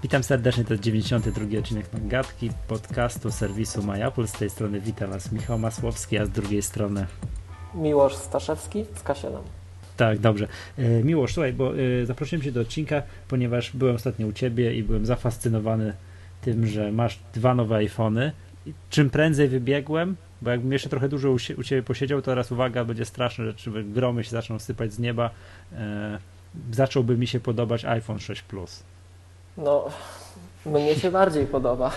Witam serdecznie, to jest 92 odcinek Magatki, podcastu serwisu MyApple. Z tej strony witam Was Michał Masłowski, a z drugiej strony Miłosz Staszewski z K7. Tak, dobrze. Miłosz, słuchaj, bo zaprosiłem Cię do odcinka, ponieważ byłem ostatnio u Ciebie i byłem zafascynowany tym, że masz 2 nowe iPhony. Czym prędzej wybiegłem, bo jakbym jeszcze trochę dłużej u Ciebie posiedział, to teraz uwaga, będzie straszne rzeczy, gromy się zaczną sypać z nieba. Zacząłby mi się podobać iPhone 6 Plus. No, mnie się bardziej podoba.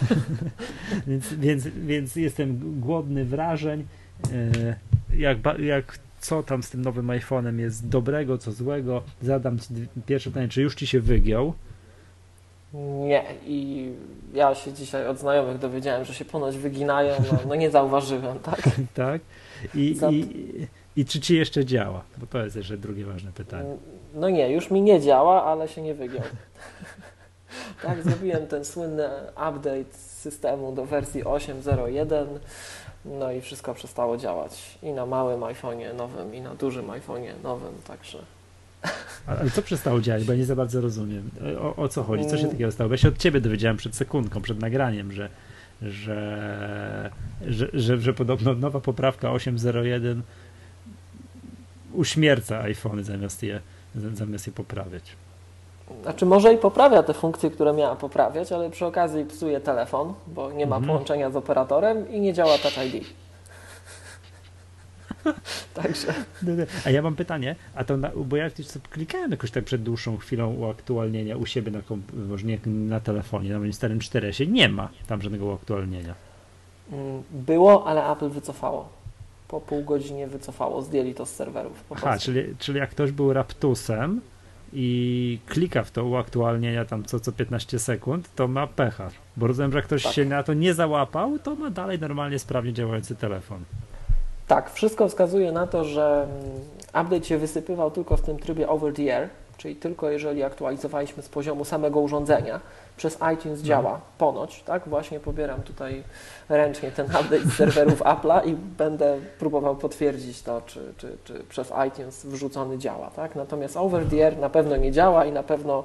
więc jestem głodny wrażeń. Co tam z tym nowym iPhone'em jest dobrego, co złego? Zadam Ci pierwsze pytanie, czy już Ci się wygiął? Nie, i ja się dzisiaj od znajomych dowiedziałem, że się ponoć wyginają, no nie zauważyłem, tak? Tak. I czy Ci jeszcze działa? Bo to jest jeszcze drugie ważne pytanie. No nie, już mi nie działa, ale się nie wygiął. Tak, zrobiłem ten słynny update systemu do wersji 8.01, no i wszystko przestało działać. I na małym iPhone'ie nowym, i na dużym iPhone'ie nowym, także... Ale co przestało działać? Bo ja nie za bardzo rozumiem. O co chodzi? Co się takiego stało? Bo ja się od Ciebie dowiedziałem przed sekundką, przed nagraniem, że podobno nowa poprawka 8.01 uśmierca iPhony zamiast je poprawiać. Znaczy może i poprawia te funkcje, które miała poprawiać, ale przy okazji psuje telefon, bo nie ma połączenia z operatorem i nie działa Touch ID. Także. A ja mam pytanie, bo ja klikałem jakoś tak przed dłuższą chwilą uaktualnienia u siebie na telefonie, na moim starym 4S-ie, nie ma tam żadnego uaktualnienia. Było, ale Apple wycofało. Po pół godzinie wycofało, zdjęli to z serwerów. Aha, czyli jak ktoś był raptusem i klika w to uaktualnienia tam co 15 sekund, to ma pecha. Bo rozumiem, że jak ktoś się na to nie załapał, to ma dalej normalnie sprawnie działający telefon. Tak, wszystko wskazuje na to, że update się wysypywał tylko w tym trybie over the air, czyli tylko jeżeli aktualizowaliśmy z poziomu samego urządzenia. Przez iTunes działa ponoć, tak? Właśnie pobieram tutaj ręcznie ten update z serwerów Apple'a i będę próbował potwierdzić to, czy przez iTunes wrzucony działa, tak? Natomiast over the air na pewno nie działa i na pewno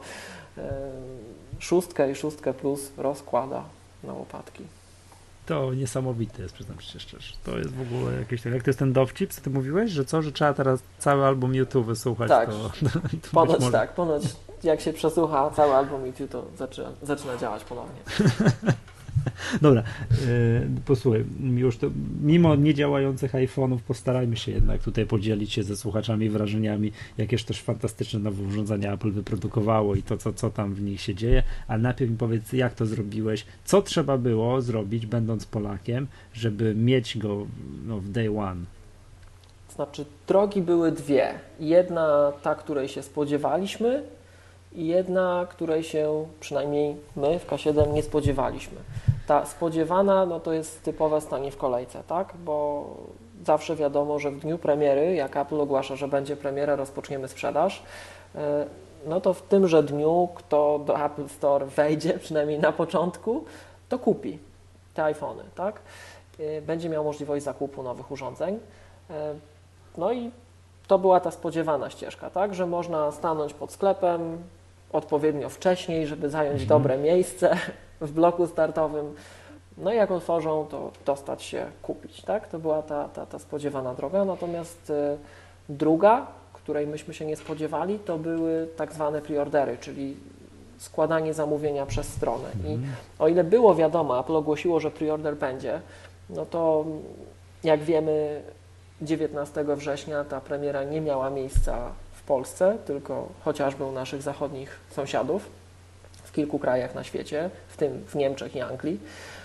6 i 6 Plus rozkłada na łopatki. To niesamowite jest, przyznam się szczerze. To jest w ogóle jakieś tak, jak to jest ten dowcip, co ty mówiłeś, że trzeba teraz cały album YouTube wysłuchać, tak. to ponoć tak, ponoć jak się przesłucha cały album YouTube, to zaczyna działać ponownie. Dobra, posłuchaj, już to, mimo niedziałających iPhone'ów postarajmy się jednak tutaj podzielić się ze słuchaczami wrażeniami, jakież też fantastyczne nowe urządzenia Apple wyprodukowało i to, co tam w nich się dzieje, ale najpierw mi powiedz, jak to zrobiłeś, co trzeba było zrobić, będąc Polakiem, żeby mieć go w day one? Znaczy, drogi były dwie. Jedna ta, której się spodziewaliśmy, i jedna, której się przynajmniej my w K7 nie spodziewaliśmy. Ta spodziewana, no to jest typowe stanie w kolejce, tak? Bo zawsze wiadomo, że w dniu premiery, jak Apple ogłasza, że będzie premiera, rozpoczniemy sprzedaż, no to w tymże dniu, kto do Apple Store wejdzie, przynajmniej na początku, to kupi te iPhony, tak? Będzie miał możliwość zakupu nowych urządzeń. No i to była ta spodziewana ścieżka, tak? Że można stanąć pod sklepem odpowiednio wcześniej, żeby zająć dobre miejsce w bloku startowym. No i jak otworzą, to dostać się, kupić, tak? To była ta spodziewana droga. Natomiast druga, której myśmy się nie spodziewali, to były tak zwane preordery, czyli składanie zamówienia przez stronę. I o ile było wiadomo, Apple ogłosiło, że preorder będzie, no to jak wiemy, 19 września ta premiera nie miała miejsca w Polsce, tylko chociażby u naszych zachodnich sąsiadów w kilku krajach na świecie, w tym w Niemczech i Anglii.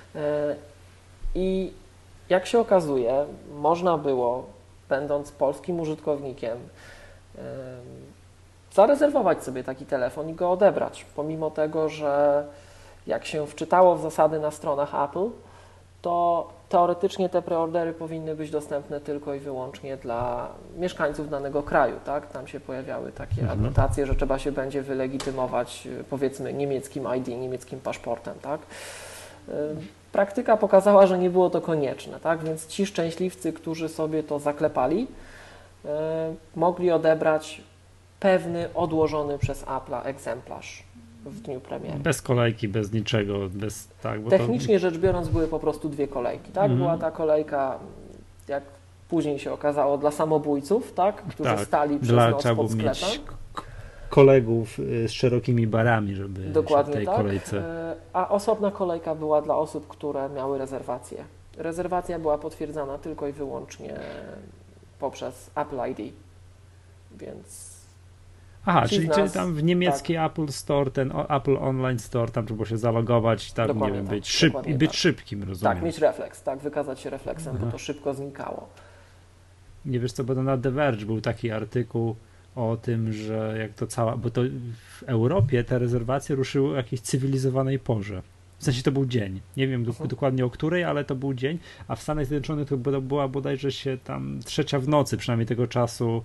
I jak się okazuje, można było, będąc polskim użytkownikiem, zarezerwować sobie taki telefon i go odebrać, pomimo tego, że jak się wczytało w zasady na stronach Apple, to teoretycznie te preordery powinny być dostępne tylko i wyłącznie dla mieszkańców danego kraju, tak? Tam się pojawiały takie adnotacje, że trzeba się będzie wylegitymować, powiedzmy, niemieckim ID, niemieckim paszportem, tak? Praktyka pokazała, że nie było to konieczne, tak? Więc ci szczęśliwcy, którzy sobie to zaklepali, mogli odebrać pewny odłożony przez Apple'a egzemplarz w dniu premiery. Bez kolejki, bez niczego, bez tak. Bo technicznie rzecz biorąc były po prostu 2 kolejki, tak? Była ta kolejka, jak później się okazało, dla samobójców, tak? Którzy stali przez noc pod sklepem. Kolegów z szerokimi barami, żeby dokładnie się w tej kolejce... A osobna kolejka była dla osób, które miały rezerwację. Rezerwacja była potwierdzana tylko i wyłącznie poprzez Apple ID, więc... Aha, czyli tam w niemiecki Apple Store, ten Apple Online Store, tam trzeba się zalogować, tam dokładnie nie wiem, być szybkim, rozumiem. Tak, mieć refleks, tak, wykazać się refleksem, bo to szybko znikało. Nie wiesz co, bo na The Verge był taki artykuł o tym, że jak to cała, bo to w Europie te rezerwacje ruszyły o jakiejś cywilizowanej porze. W sensie to był dzień. Nie wiem dokładnie o której, ale to był dzień, a w Stanach Zjednoczonych to była bodajże się tam 3 w nocy, przynajmniej tego czasu,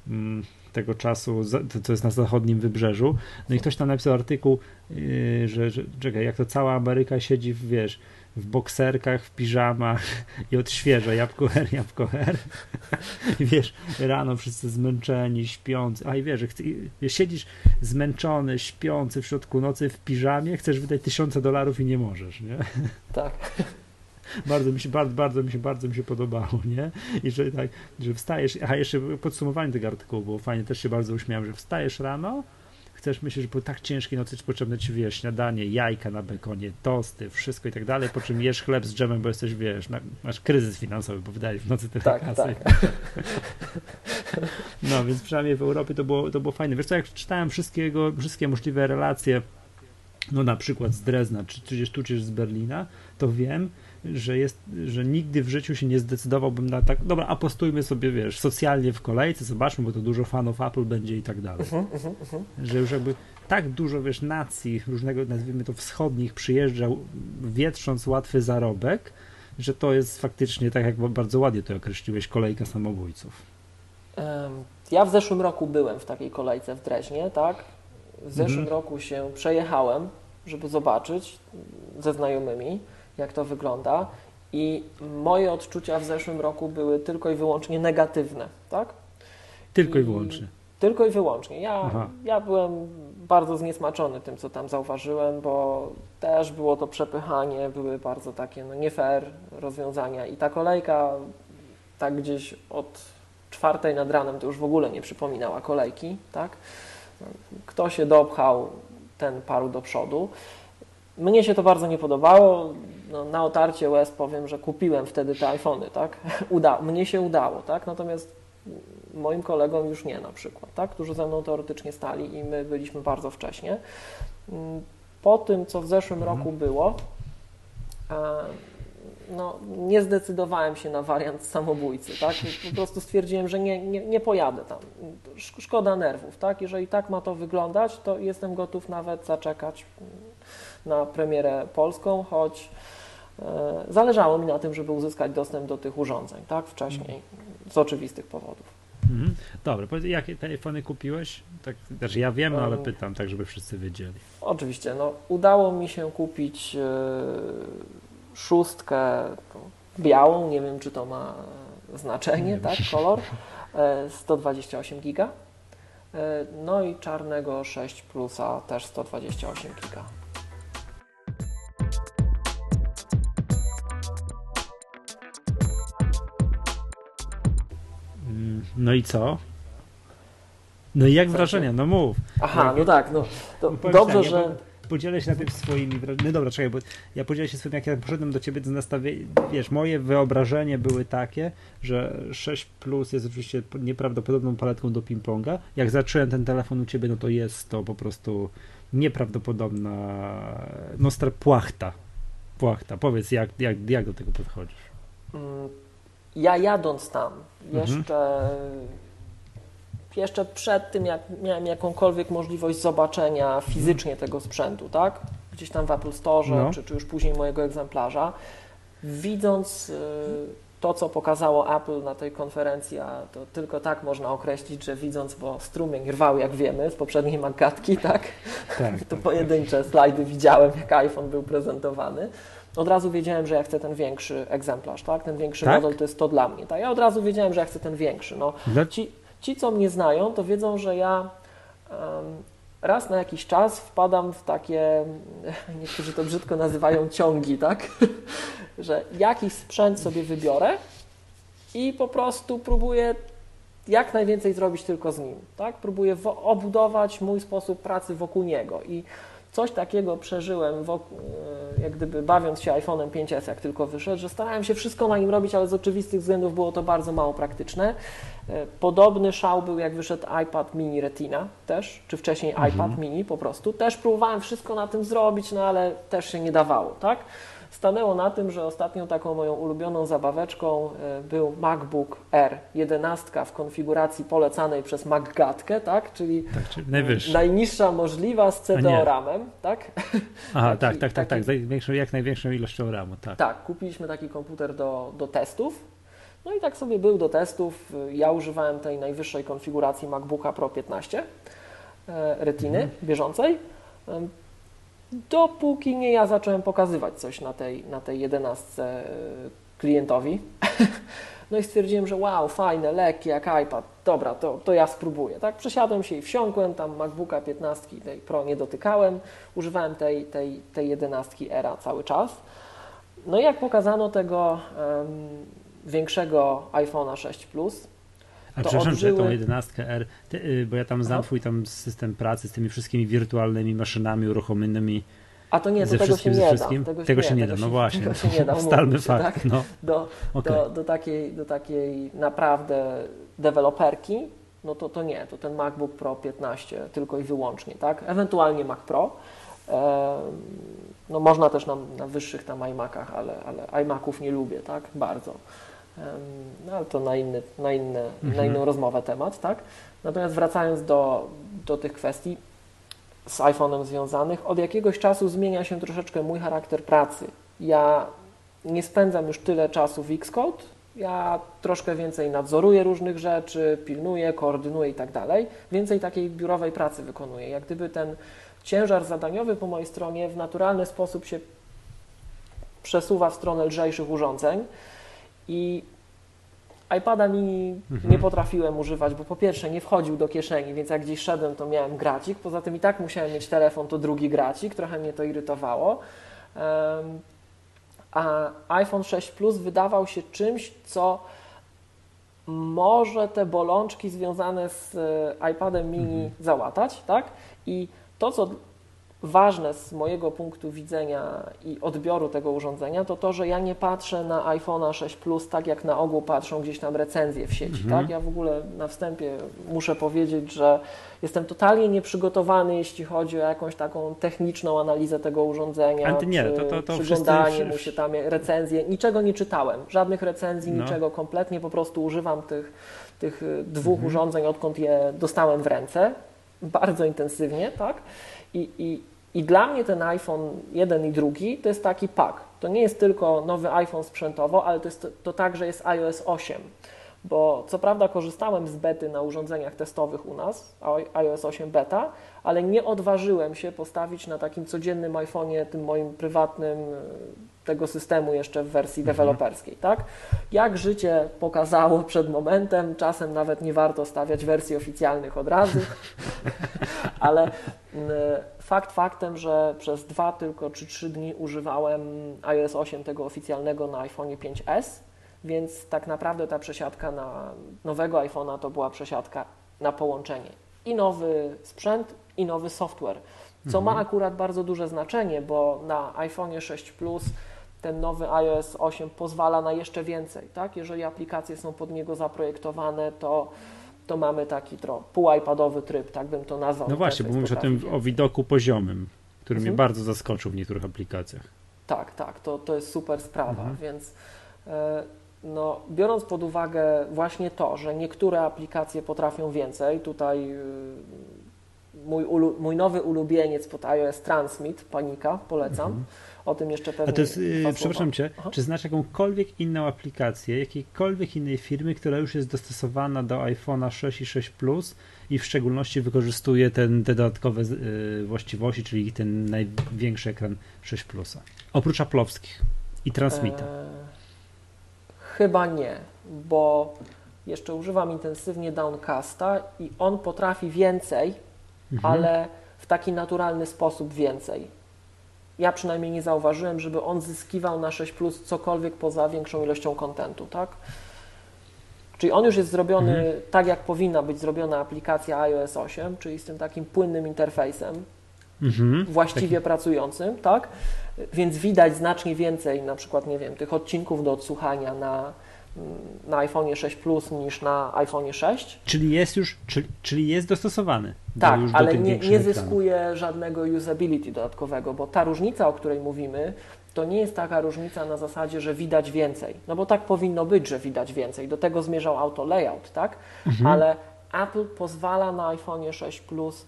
to jest na zachodnim wybrzeżu. No i ktoś tam napisał artykuł, że czekaj, jak to cała Ameryka siedzi w bokserkach, w piżamach i odświeża jabłko her. I rano wszyscy zmęczeni, śpiący. A i że siedzisz zmęczony, śpiący w środku nocy w piżamie, chcesz wydać $1000 i nie możesz, nie? Tak. Bardzo mi się podobało, nie? I że tak, że wstajesz, jeszcze podsumowanie tego artykułu było fajnie, też się bardzo uśmiałem, że wstajesz rano, myślisz, że po tak ciężkiej nocy potrzebne ci, śniadanie, jajka na bekonie, tosty, wszystko i tak dalej, po czym jesz chleb z dżemem, bo jesteś, masz kryzys finansowy, bo wydajesz w nocy tyle kasy. Tak. No, więc przynajmniej w Europie to było fajne. Wiesz co, jak czytałem wszystkie możliwe relacje, no na przykład z Drezna, czy z Berlina, to wiem, że nigdy w życiu się nie zdecydowałbym na tak, dobra, a postujmy sobie, socjalnie w kolejce, zobaczmy, bo to dużo fanów Apple będzie i tak dalej. Że już jakby tak dużo, nacji różnego, nazwijmy to wschodnich, przyjeżdża wietrząc łatwy zarobek, że to jest faktycznie, tak jak bardzo ładnie to określiłeś, kolejka samobójców. Ja w zeszłym roku byłem w takiej kolejce w Dreźnie, tak? W zeszłym roku się przejechałem, żeby zobaczyć ze znajomymi, jak to wygląda, i moje odczucia w zeszłym roku były tylko i wyłącznie negatywne, tak? Tylko i wyłącznie. Tylko i wyłącznie. Ja byłem bardzo zniesmaczony tym, co tam zauważyłem, bo też było to przepychanie, były bardzo takie nie fair rozwiązania i ta kolejka tak gdzieś od 4 nad ranem to już w ogóle nie przypominała kolejki, tak? Kto się dopchał, ten parł do przodu. Mnie się to bardzo nie podobało. Na otarcie łez powiem, że kupiłem wtedy te iPhony, tak? Mnie się udało, tak? Natomiast moim kolegom już nie na przykład, tak? Którzy ze mną teoretycznie stali i my byliśmy bardzo wcześnie. Po tym, co w zeszłym roku było, nie zdecydowałem się na wariant samobójcy, tak? Po prostu stwierdziłem, że nie pojadę tam. Szkoda nerwów, tak? Jeżeli tak ma to wyglądać, to jestem gotów nawet zaczekać na premierę polską, choć zależało mi na tym, żeby uzyskać dostęp do tych urządzeń, tak? Wcześniej, z oczywistych powodów. Dobra, powiedz, jakie telefony kupiłeś? Tak, znaczy ja wiem, ale pytam, tak żeby wszyscy wiedzieli. Oczywiście, udało mi się kupić 6 białą, nie wiem, czy to ma znaczenie, tak, kolor, 128 giga, no i czarnego 6 plusa też 128 giga. No i co? No i jak wrażenia? No mów. Aha, to dobrze, tak, że... Podzielę się najpierw swoimi wrażeniami. No dobra, czekaj, bo ja podzielę się swoim, jak ja poszedłem do ciebie z nastawieniem, moje wyobrażenie były takie, że 6 Plus jest oczywiście nieprawdopodobną paletką do ping-ponga. Jak zacząłem ten telefon u ciebie, no to jest to po prostu nieprawdopodobna płachta. Powiedz, jak do tego podchodzisz? Ja jadąc tam, jeszcze przed tym, jak miałem jakąkolwiek możliwość zobaczenia fizycznie tego sprzętu, tak? Gdzieś tam w Apple Store, czy już później mojego egzemplarza, widząc to, co pokazało Apple na tej konferencji, a to tylko tak można określić, że widząc, bo strumień rwał, jak wiemy, z poprzedniej Magatki, tak? To pojedyncze slajdy widziałem, jak iPhone był prezentowany. Od razu wiedziałem, że ja chcę ten większy egzemplarz, tak? Ten większy model to jest to dla mnie. Tak? Ja od razu wiedziałem, że ja chcę ten większy. Ci, co mnie znają, to wiedzą, że ja raz na jakiś czas wpadam w takie, niektórzy to brzydko nazywają ciągi, tak? Że jakiś sprzęt sobie wybiorę i po prostu próbuję jak najwięcej zrobić tylko z nim, tak? Próbuję obudować mój sposób pracy wokół niego i coś takiego przeżyłem, jak gdyby bawiąc się iPhone'em 5S, jak tylko wyszedł, że starałem się wszystko na nim robić, ale z oczywistych względów było to bardzo mało praktyczne. Podobny szał był, jak wyszedł iPad mini Retina też, czy wcześniej iPad mini po prostu. Też próbowałem wszystko na tym zrobić, no ale też się nie dawało, tak? Stanęło na tym, że ostatnią taką moją ulubioną zabaweczką był MacBook Air 11 w konfiguracji polecanej przez MacGatkę, tak? Czyli najniższa możliwa z CDO-ramem, tak? Aha, tak, jak największą ilością RAMu, tak. Tak, kupiliśmy taki komputer do testów, no i tak sobie był do testów. Ja używałem tej najwyższej konfiguracji MacBooka Pro 15 Retiny bieżącej, dopóki nie ja zacząłem pokazywać coś na tej 11 klientowi. No i stwierdziłem, że wow, fajne, lekkie jak iPad, dobra, to ja spróbuję. Tak? Przesiadłem się i wsiąkłem, tam MacBooka 15 tej Pro nie dotykałem, używałem tej 11 Era cały czas. No i jak pokazano tego większego iPhone'a 6 Plus, a przepraszam, że tą 11 R, bo ja tam znam twój tam system pracy z tymi wszystkimi wirtualnymi maszynami uruchomionymi. A to nie, to tego się nie da. Tego się nie da, no właśnie. Tego się nie da, ustalmy fakt. Tak? No. Do takiej naprawdę deweloperki, no to nie, to ten MacBook Pro 15 tylko i wyłącznie, tak? Ewentualnie Mac Pro. No można też na wyższych tam iMacach, ale iMaców nie lubię, tak? Bardzo. No ale to na inną rozmowę temat, tak? Natomiast wracając do tych kwestii z iPhone'em związanych, od jakiegoś czasu zmienia się troszeczkę mój charakter pracy. Ja nie spędzam już tyle czasu w Xcode, ja troszkę więcej nadzoruję różnych rzeczy, pilnuję, koordynuję i tak dalej. Więcej takiej biurowej pracy wykonuję. Jak gdyby ten ciężar zadaniowy po mojej stronie w naturalny sposób się przesuwa w stronę lżejszych urządzeń. I iPada mini nie potrafiłem używać, bo po pierwsze nie wchodził do kieszeni, więc jak gdzieś szedłem, to miałem gracik. Poza tym i tak musiałem mieć telefon, to drugi gracik, trochę mnie to irytowało. A iPhone 6 Plus wydawał się czymś, co może te bolączki związane z iPadem mini załatać, tak? I to, co ważne z mojego punktu widzenia i odbioru tego urządzenia, to, że ja nie patrzę na iPhone'a 6 Plus tak, jak na ogół patrzą gdzieś tam recenzje w sieci. Tak? Ja w ogóle na wstępie muszę powiedzieć, że jestem totalnie nieprzygotowany, jeśli chodzi o jakąś taką techniczną analizę tego urządzenia, to przyglądanie mu się tam recenzje. Niczego nie czytałem, żadnych recenzji, niczego kompletnie, po prostu używam tych dwóch urządzeń, odkąd je dostałem w ręce, bardzo intensywnie, tak? I dla mnie ten iPhone 1 i drugi to jest taki pack. To nie jest tylko nowy iPhone sprzętowo, ale to także jest iOS 8. Bo co prawda korzystałem z bety na urządzeniach testowych u nas, iOS 8 beta, ale nie odważyłem się postawić na takim codziennym iPhone'ie, tym moim prywatnym, tego systemu jeszcze w wersji deweloperskiej. Tak? Jak życie pokazało przed momentem, czasem nawet nie warto stawiać wersji oficjalnych od razu, ale fakt faktem, że przez 2 tylko czy 3 dni używałem iOS 8 tego oficjalnego na iPhone'ie 5S, więc tak naprawdę ta przesiadka na nowego iPhone'a to była przesiadka na połączenie i nowy sprzęt, i nowy software, co ma akurat bardzo duże znaczenie, bo na iPhone'ie 6 Plus ten nowy iOS 8 pozwala na jeszcze więcej, tak? Jeżeli aplikacje są pod niego zaprojektowane, to mamy taki pół-iPadowy tryb, tak bym to nazwał. No właśnie, bo mówisz o widoku poziomym, który mnie bardzo zaskoczył w niektórych aplikacjach. Tak, to jest super sprawa, więc no, biorąc pod uwagę właśnie to, że niektóre aplikacje potrafią więcej, tutaj mój nowy ulubieniec pod iOS Transmit, Panika, polecam. O tym jeszcze pewnie. A to jest, przepraszam Cię, czy znasz jakąkolwiek inną aplikację, jakiejkolwiek innej firmy, która już jest dostosowana do iPhone'a 6 i 6 Plus i w szczególności wykorzystuje te dodatkowe właściwości, czyli ten największy ekran 6 Plusa? Oprócz Apple'owskich i Transmita. Chyba nie, bo jeszcze używam intensywnie Downcasta i on potrafi więcej, ale w taki naturalny sposób więcej. Ja przynajmniej nie zauważyłem, żeby on zyskiwał na 6 Plus cokolwiek poza większą ilością kontentu, tak? Czyli on już jest zrobiony tak, jak powinna być zrobiona aplikacja iOS 8, czyli z tym takim płynnym interfejsem, właściwie pracującym, tak? Więc widać znacznie więcej, na przykład, nie wiem, tych odcinków do odsłuchania na iPhone 6 Plus niż na iPhone 6. Czyli jest dostosowany. Tak, już ale nie zyskuje żadnego usability dodatkowego, bo ta różnica, o której mówimy, to nie jest taka różnica na zasadzie, że widać więcej. No bo tak powinno być, że widać więcej. Do tego zmierzał auto layout, tak? Ale Apple pozwala na iPhone 6 Plus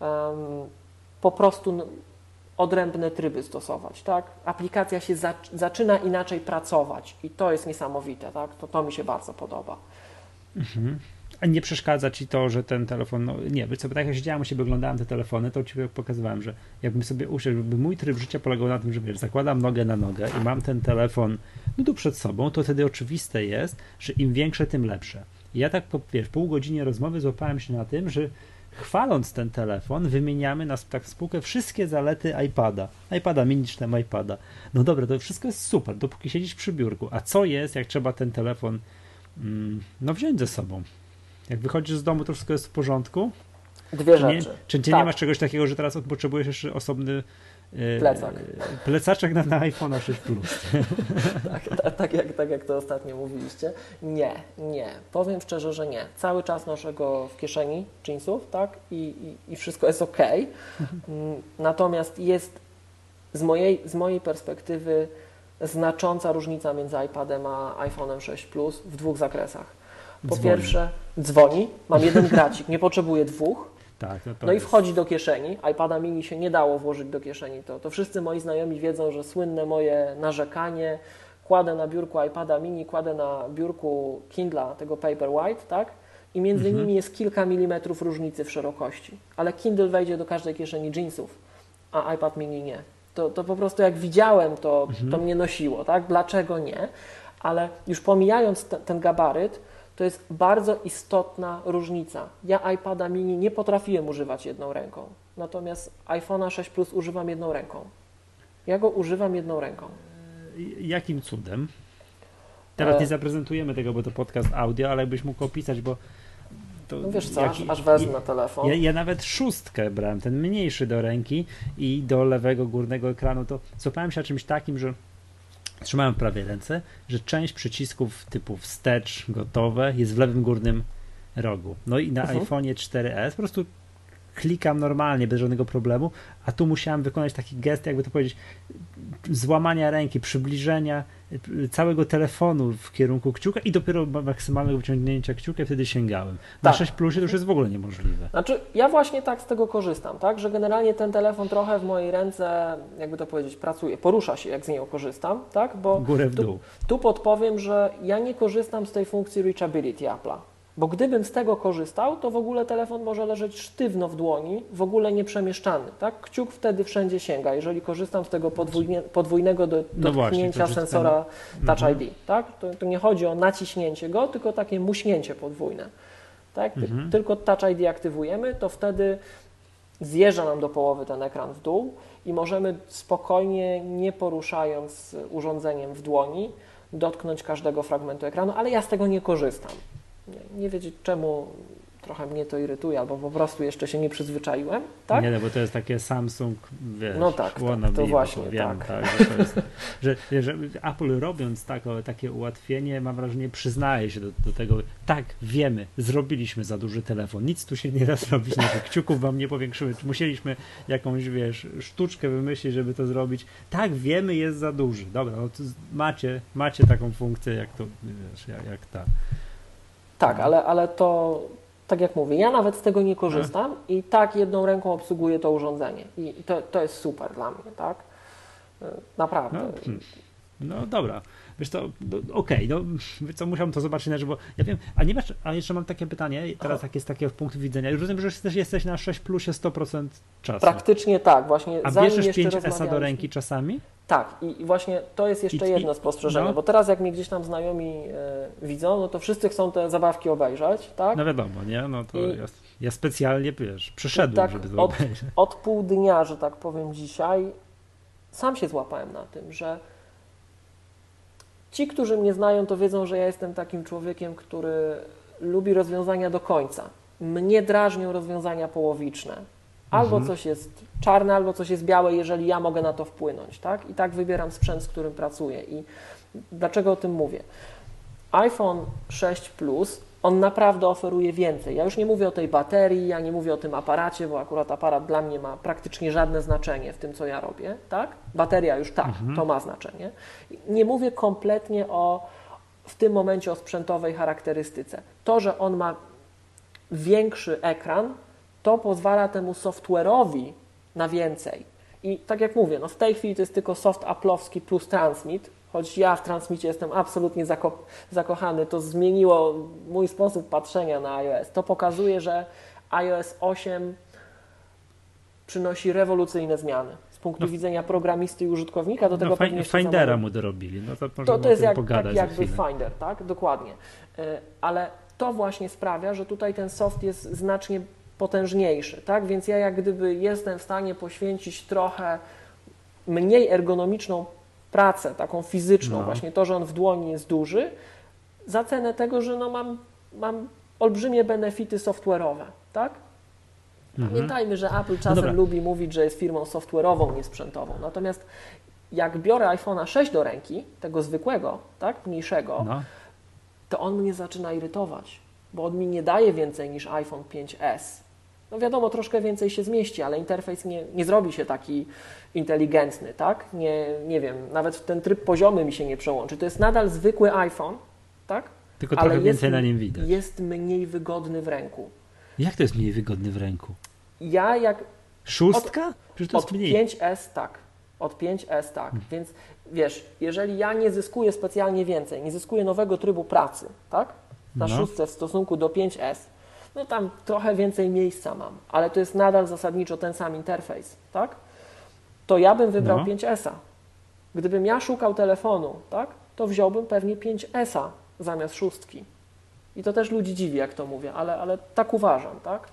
po prostu odrębne tryby stosować, tak? Aplikacja się zaczyna inaczej pracować i to jest niesamowite, tak? To mi się bardzo podoba. A nie przeszkadza Ci to, że ten telefon, no nie, wiesz co, bo tak jak siedziałem u siebie, oglądałem te telefony, to Ci pokazywałem, że jakbym sobie usiadł, jakby mój tryb życia polegał na tym, że wiesz, zakładam nogę na nogę i mam ten telefon no tu przed sobą, to wtedy oczywiste jest, że im większe, tym lepsze. I ja tak po, wiesz, pół godziny rozmowy złapałem się na tym, że chwaląc ten telefon, wymieniamy na tak w spółkę wszystkie zalety iPada mini czy tam iPada. No dobra, to wszystko jest super, dopóki siedzisz przy biurku. A co jest, jak trzeba ten telefon no wziąć ze sobą? Jak wychodzisz z domu, to wszystko jest w porządku? Dwie rzeczy. Czy nie masz czegoś takiego, że teraz potrzebujesz jeszcze osobny plecaczek na iPhone'a 6 Plus? tak jak to ostatnio mówiliście. Nie. Powiem szczerze, że nie. Cały czas noszę go w kieszeni jeansów, tak? I wszystko jest ok. Natomiast jest z mojej perspektywy znacząca różnica między iPadem a iPhone'em 6 Plus w dwóch zakresach. Po pierwsze, dzwoni, mam jeden gracik, nie potrzebuję dwóch. Tak, no i wchodzi do kieszeni. iPada mini się nie dało włożyć do kieszeni. To wszyscy moi znajomi wiedzą, że słynne moje narzekanie, kładę na biurku iPada mini, kładę na biurku Kindla, tego Paperwhite, tak? I między nimi jest kilka milimetrów różnicy w szerokości. Ale Kindle wejdzie do każdej kieszeni jeansów, a iPad mini nie. To po prostu jak widziałem, to mnie nosiło, tak? Dlaczego nie? Ale już pomijając ten gabaryt, to jest bardzo istotna różnica. Ja iPada mini nie potrafiłem używać jedną ręką, natomiast iPhone'a 6 Plus używam jedną ręką. Ja go używam jedną ręką. Jakim cudem? Teraz nie zaprezentujemy tego, bo to podcast audio, ale jakbyś mógł opisać, bo to no wiesz co, aż wezmę na telefon. Ja nawet 6 brałem, ten mniejszy do ręki i do lewego górnego ekranu, to złapałem się na czymś takim, że trzymałem w prawej ręce, że część przycisków typu wstecz, gotowe jest w lewym górnym rogu. No i na iPhone'ie 4S po prostu klikam normalnie, bez żadnego problemu, a tu musiałem wykonać taki gest, jakby to powiedzieć, złamania ręki, przybliżenia całego telefonu w kierunku kciuka i dopiero maksymalnego wyciągnięcia kciuka i wtedy sięgałem. Na 6 Plusie to już jest w ogóle niemożliwe. Znaczy, ja właśnie tak z tego korzystam, tak, że generalnie ten telefon trochę w mojej ręce, jakby to powiedzieć, pracuje, porusza się, jak z niego korzystam, tak, bo górę w dół. Tu podpowiem, że ja nie korzystam z tej funkcji reachability Apple'a. Bo gdybym z tego korzystał, to w ogóle telefon może leżeć sztywno w dłoni, w ogóle nieprzemieszczany. Tak? Kciuk wtedy wszędzie sięga, jeżeli korzystam z tego podwójnego dotknięcia sensora Touch ID. Tak? To nie chodzi o naciśnięcie go, tylko takie muśnięcie podwójne. Tak? Tylko Touch ID aktywujemy, to wtedy zjeżdża nam do połowy ten ekran w dół i możemy spokojnie, nie poruszając urządzeniem w dłoni, dotknąć każdego fragmentu ekranu, ale ja z tego nie korzystam. Nie wiedzieć czemu trochę mnie to irytuje, albo po prostu jeszcze się nie przyzwyczaiłem, tak? Nie, no bo to jest takie Samsung, wiesz, no tak, to właśnie, wiem, tak. Że to jest, że Apple robiąc takie ułatwienie, mam wrażenie, przyznaje się do tego, tak, wiemy, zrobiliśmy za duży telefon, nic tu się nie da zrobić, naszych kciuków wam nie powiększymy, musieliśmy jakąś, wiesz, sztuczkę wymyślić, żeby to zrobić, tak, wiemy, jest za duży, dobra, no to macie taką funkcję, jak to, wiesz, jak ta. Tak, ale to, tak jak mówię, ja nawet z tego nie korzystam i tak jedną ręką obsługuję to urządzenie. I to jest super dla mnie, tak? Naprawdę. No dobra. Wiesz to, okej, no co, musiałbym to zobaczyć na żywo. Ja wiem, a jeszcze mam takie pytanie, teraz jak jest takie w punktu widzenia. Już rozumiem, że jesteś na 6 Plusie 100% czasu. Praktycznie tak, właśnie. A bierzesz 5S do ręki czasami? Tak, i właśnie to jest jeszcze jedno spostrzeżenie, no. bo teraz jak mnie gdzieś tam znajomi widzą, no to wszyscy chcą te zabawki obejrzeć, tak? No wiadomo, nie? No to ja specjalnie, wiesz, przyszedłem, tak żeby to obejrzeć. Od pół dnia, że tak powiem dzisiaj, sam się złapałem na tym, że ci, którzy mnie znają, to wiedzą, że ja jestem takim człowiekiem, który lubi rozwiązania do końca. Mnie drażnią rozwiązania połowiczne. Albo coś jest czarne, albo coś jest białe, jeżeli ja mogę na to wpłynąć, tak? I tak wybieram sprzęt, z którym pracuję. I dlaczego o tym mówię? iPhone 6 Plus, on naprawdę oferuje więcej. Ja już nie mówię o tej baterii, ja nie mówię o tym aparacie, bo akurat aparat dla mnie ma praktycznie żadne znaczenie w tym, co ja robię, tak? Bateria już tak, to ma znaczenie. Nie mówię kompletnie w tym momencie o sprzętowej charakterystyce. To, że on ma większy ekran, to pozwala temu software'owi na więcej. I tak jak mówię, no w tej chwili to jest tylko soft Apple'owski plus Transmit, choć ja w Transmicie jestem absolutnie zakochany, to zmieniło mój sposób patrzenia na iOS. To pokazuje, że iOS 8 przynosi rewolucyjne zmiany. Z punktu widzenia programisty i użytkownika, do tego pewnie Findera mu dorobili, no to możemy to jest pogadać tak jakby Finder, tak? Dokładnie. Ale to właśnie sprawia, że tutaj ten soft jest znacznie potężniejszy, tak? Więc ja jak gdyby jestem w stanie poświęcić trochę mniej ergonomiczną pracę, taką fizyczną, właśnie to, że on w dłoni jest duży, za cenę tego, że no mam olbrzymie benefity software'owe, tak? Pamiętajmy, że Apple czasem lubi mówić, że jest firmą software'ową, nie sprzętową. Natomiast jak biorę iPhone'a 6 do ręki, tego zwykłego, tak, mniejszego, to on mnie zaczyna irytować, bo on mi nie daje więcej niż iPhone 5S. No wiadomo, troszkę więcej się zmieści, ale interfejs nie zrobi się taki inteligentny, tak? Nie wiem, nawet w ten tryb poziomy mi się nie przełączy. To jest nadal zwykły iPhone, tak? Tylko trochę więcej na nim widać. Jest mniej wygodny w ręku. Jak to jest mniej wygodny w ręku? Ja jak... Szóstka? Przecież to jest mniej. 5S tak. Od 5S tak. Więc wiesz, jeżeli ja nie zyskuję specjalnie więcej, nie zyskuję nowego trybu pracy, tak? Na szóstce w stosunku do 5S, no tam trochę więcej miejsca mam, ale to jest nadal zasadniczo ten sam interfejs, tak? To ja bym wybrał 5S-a. Gdybym ja szukał telefonu, tak? To wziąłbym pewnie 5S-a zamiast szóstki. I to też ludzi dziwi, jak to mówię, ale tak uważam, tak?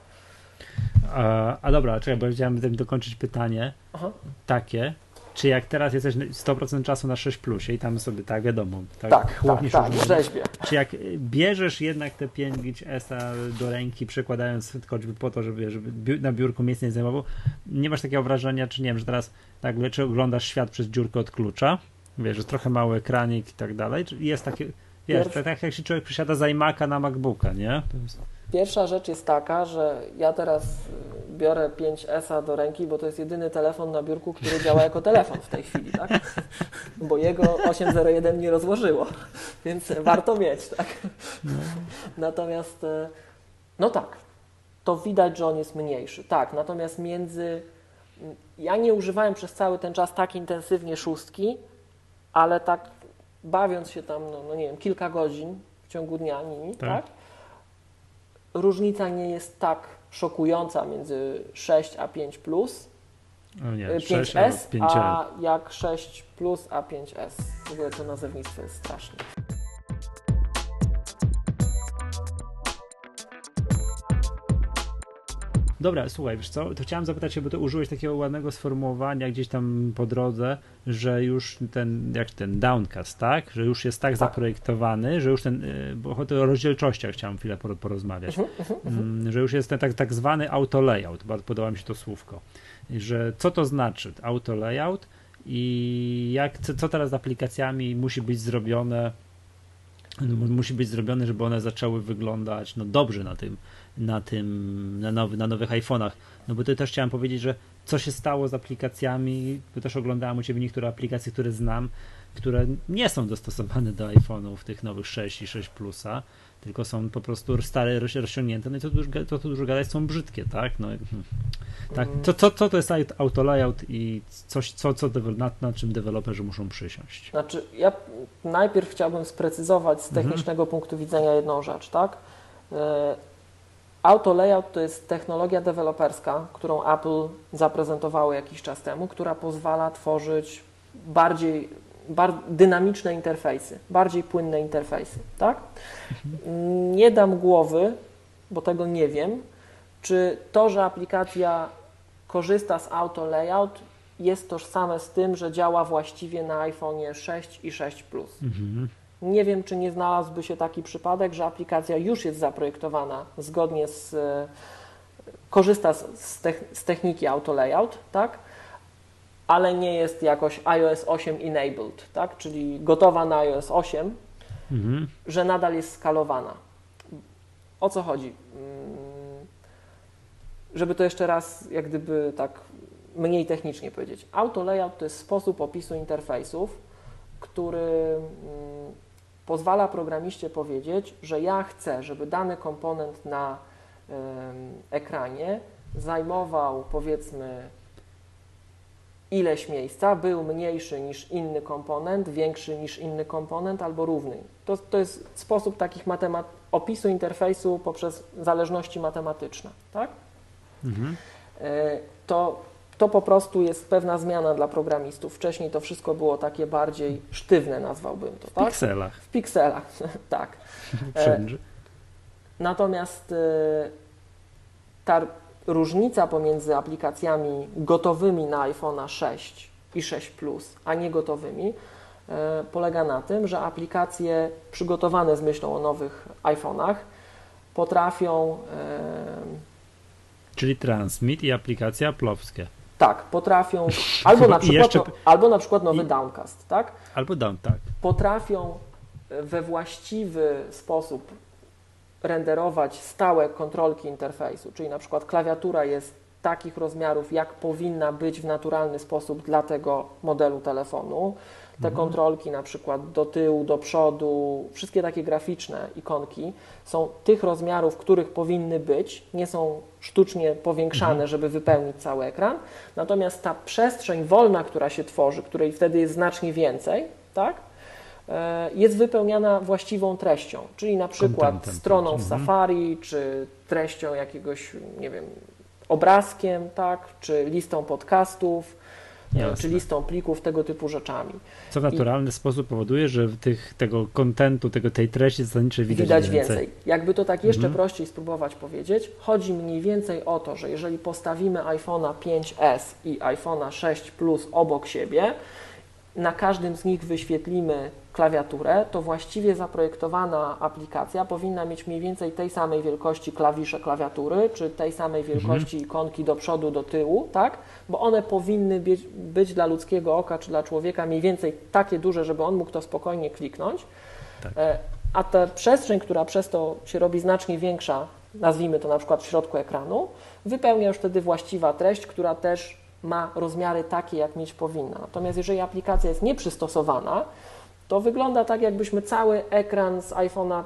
A dobra, czekaj, bo chciałem dokończyć pytanie takie, czy jak teraz jesteś 100% czasu na 6 plusie i tam sobie, tak wiadomo, tak, w rzeźbie. Czy jak bierzesz jednak te 5S do ręki, przykładając choćby po to, żeby na biurku miejsce nie zajmował, nie masz takiego wrażenia, czy nie wiem, że teraz nagle czy oglądasz świat przez dziurkę od klucza, wiesz, że trochę mały ekranik i tak dalej, czy jest takie, wiesz, tak jak się człowiek przysiada z iMac'a na MacBooka, nie? Pierwsza rzecz jest taka, że ja teraz biorę 5S do ręki, bo to jest jedyny telefon na biurku, który działa jako telefon w tej chwili, tak? Bo jego 801 nie rozłożyło, więc warto mieć, tak? Natomiast, no tak, to widać, że on jest mniejszy, tak, natomiast ja nie używałem przez cały ten czas tak intensywnie szóstki, ale tak bawiąc się tam, no nie wiem, kilka godzin w ciągu dnia nimi, tak? Różnica nie jest tak szokująca między 6 a 5 plus, 5S, a jak 6 plus a 5S. W ogóle to nazewnictwo jest straszne. Dobra, słuchaj, wiesz co, to chciałem zapytać się, bo to użyłeś takiego ładnego sformułowania gdzieś tam po drodze, że już ten downcast, tak? Że już jest tak zaprojektowany, że już bo o rozdzielczościach chciałem chwilę porozmawiać, że już jest ten tak zwany auto layout, bardzo podoba mi się to słówko, że co to znaczy auto layout i co teraz z aplikacjami musi być zrobione, żeby one zaczęły wyglądać dobrze na nowych iPhone'ach. No bo to też chciałem powiedzieć, że co się stało z aplikacjami, bo też oglądałem u Ciebie niektóre aplikacje, które znam, które nie są dostosowane do iPhone'ów tych nowych 6 i 6 Plusa, tylko są po prostu stare, rozciągnięte, no i to dużo gadać, są brzydkie, tak? No, tak. Co to jest auto layout i coś, nad czym deweloperzy muszą przysiąść? Znaczy, ja najpierw chciałbym sprecyzować z technicznego punktu widzenia jedną rzecz, tak? Auto layout to jest technologia deweloperska, którą Apple zaprezentowało jakiś czas temu, która pozwala tworzyć dynamiczne interfejsy, bardziej płynne interfejsy, tak? Nie dam głowy, bo tego nie wiem, czy to, że aplikacja korzysta z auto layout, jest tożsame z tym, że działa właściwie na iPhone'ie 6 i 6 Plus. Nie wiem, czy nie znalazłby się taki przypadek, że aplikacja już jest zaprojektowana zgodnie korzysta z techniki auto layout, tak? Ale nie jest jakoś iOS 8 enabled, tak? Czyli gotowa na iOS 8, że nadal jest skalowana. O co chodzi? Żeby to jeszcze raz jak gdyby tak mniej technicznie powiedzieć. Auto layout to jest sposób opisu interfejsów, który pozwala programiście powiedzieć, że ja chcę, żeby dany komponent na ekranie zajmował, powiedzmy, ileś miejsca, był mniejszy niż inny komponent, większy niż inny komponent albo równy. To jest sposób takich opisu interfejsu poprzez zależności matematyczne. Tak? To po prostu jest pewna zmiana dla programistów. Wcześniej to wszystko było takie bardziej sztywne, nazwałbym to. Tak? W pikselach. W pikselach, tak. Wszędzie. Natomiast ta różnica pomiędzy aplikacjami gotowymi na iPhone'a 6 i 6 Plus, a nie gotowymi, polega na tym, że aplikacje przygotowane z myślą o nowych iPhone'ach potrafią... Czyli Transmit i aplikacja Apple'owskie. Tak, potrafią, albo na przykład nowy Downcast, tak? Albo tak. Potrafią we właściwy sposób renderować stałe kontrolki interfejsu, czyli na przykład klawiatura jest takich rozmiarów, jak powinna być w naturalny sposób dla tego modelu telefonu. Te kontrolki na przykład do tyłu, do przodu, wszystkie takie graficzne ikonki są tych rozmiarów, których powinny być, nie są sztucznie powiększane, żeby wypełnić cały ekran. Natomiast ta przestrzeń wolna, która się tworzy, której wtedy jest znacznie więcej, tak, jest wypełniana właściwą treścią, czyli na przykład stroną w Safari, czy treścią jakiegoś, nie wiem, obrazkiem, tak, czy listą podcastów, czy listą plików, tego typu rzeczami. Co w naturalny sposób powoduje, że tego kontentu, tej treści zasadniczej widać więcej. Jakby to tak jeszcze prościej spróbować powiedzieć, chodzi mniej więcej o to, że jeżeli postawimy iPhone'a 5S i iPhone'a 6 Plus obok siebie, na każdym z nich wyświetlimy klawiaturę, to właściwie zaprojektowana aplikacja powinna mieć mniej więcej tej samej wielkości klawisze klawiatury, czy tej samej wielkości ikonki do przodu, do tyłu, tak? Bo one powinny być dla ludzkiego oka, czy dla człowieka mniej więcej takie duże, żeby on mógł to spokojnie kliknąć. Tak. A ta przestrzeń, która przez to się robi znacznie większa, nazwijmy to na przykład w środku ekranu, wypełnia już wtedy właściwa treść, która też ma rozmiary takie, jak mieć powinna. Natomiast jeżeli aplikacja jest nieprzystosowana, to wygląda tak, jakbyśmy cały ekran z iPhone'a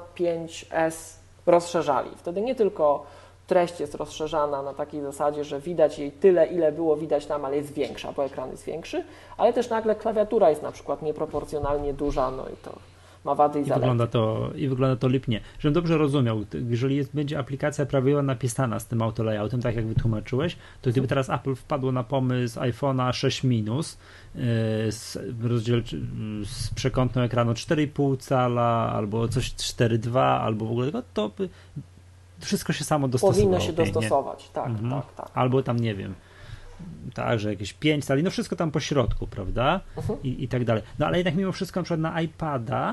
5S rozszerzali. Wtedy nie tylko treść jest rozszerzana na takiej zasadzie, że widać jej tyle, ile było widać tam, ale jest większa, bo ekran jest większy, ale też nagle klawiatura jest na przykład nieproporcjonalnie duża, no i to ma wady i zalety. Wygląda to lipnie. Żebym dobrze rozumiał, jeżeli będzie aplikacja prawidłowo napisana z tym auto layoutem, tak jak wytłumaczyłeś, to gdyby teraz Apple wpadło na pomysł iPhone'a 6 minus z przekątną ekranu 4,5 cala albo coś 4,2 albo w ogóle to by wszystko się samo dostosowało. Powinno się dostosować, tak. Albo tam, nie wiem, tak, że jakieś 5 cali, no wszystko tam po środku, prawda? I tak dalej. No ale jednak mimo wszystko na przykład na iPada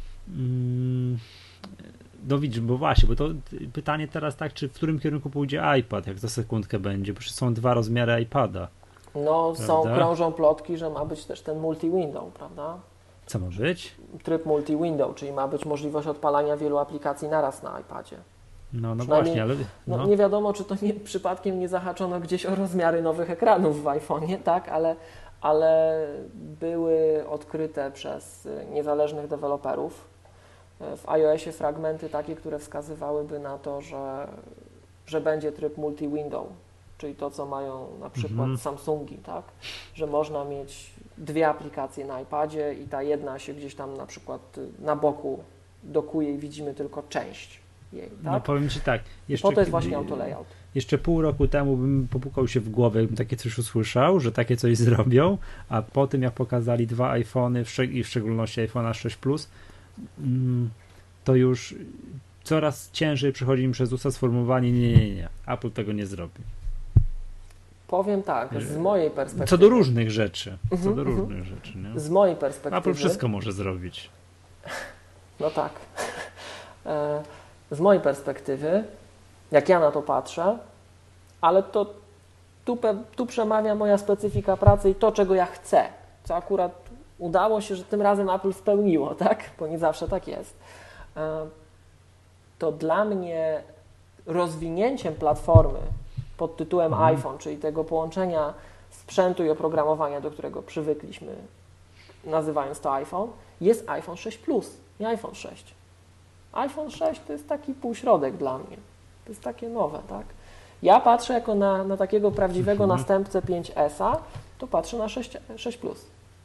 no widzisz, bo to pytanie teraz tak, czy w którym kierunku pójdzie iPad, jak za sekundkę będzie, bo są dwa rozmiary iPada. No krążą plotki, że ma być też ten multi-window, prawda? Co ma być? Tryb multi-window, czyli ma być możliwość odpalania wielu aplikacji naraz na iPadzie. No właśnie, ale... Nie wiadomo, czy to przypadkiem nie zahaczono gdzieś o rozmiary nowych ekranów w iPhone'ie, tak, ale były odkryte przez niezależnych deweloperów w iOSie fragmenty takie, które wskazywałyby na to, że będzie tryb multi-window, czyli to, co mają na przykład Samsungi, tak, że można mieć dwie aplikacje na iPadzie i ta jedna się gdzieś tam na przykład na boku dokuje i widzimy tylko część jej, tak? No powiem Ci tak. Po to jest właśnie auto layout. jeszcze pół roku temu bym popukał się w głowę, bym takie coś usłyszał, że takie coś zrobią, a po tym jak pokazali dwa iPhony i w szczególności iPhone'a 6 Plus, to już coraz ciężej przychodzi mi przez usta sformułowanie nie, Apple tego nie zrobi. Powiem tak, z mojej perspektywy. Co do różnych rzeczy. Nie? Z mojej perspektywy. Apple wszystko może zrobić. No tak. Z mojej perspektywy, jak ja na to patrzę, ale to tu przemawia moja specyfika pracy i to, czego ja chcę, co akurat udało się, że tym razem Apple spełniło, tak? Bo nie zawsze tak jest. To dla mnie rozwinięciem platformy pod tytułem iPhone, czyli tego połączenia sprzętu i oprogramowania, do którego przywykliśmy, nazywając to iPhone, jest iPhone 6 Plus, nie iPhone 6. iPhone 6 to jest taki półśrodek dla mnie. To jest takie nowe, tak? Ja patrzę jako na takiego prawdziwego następcę 5S-a, to patrzę na 6 Plus.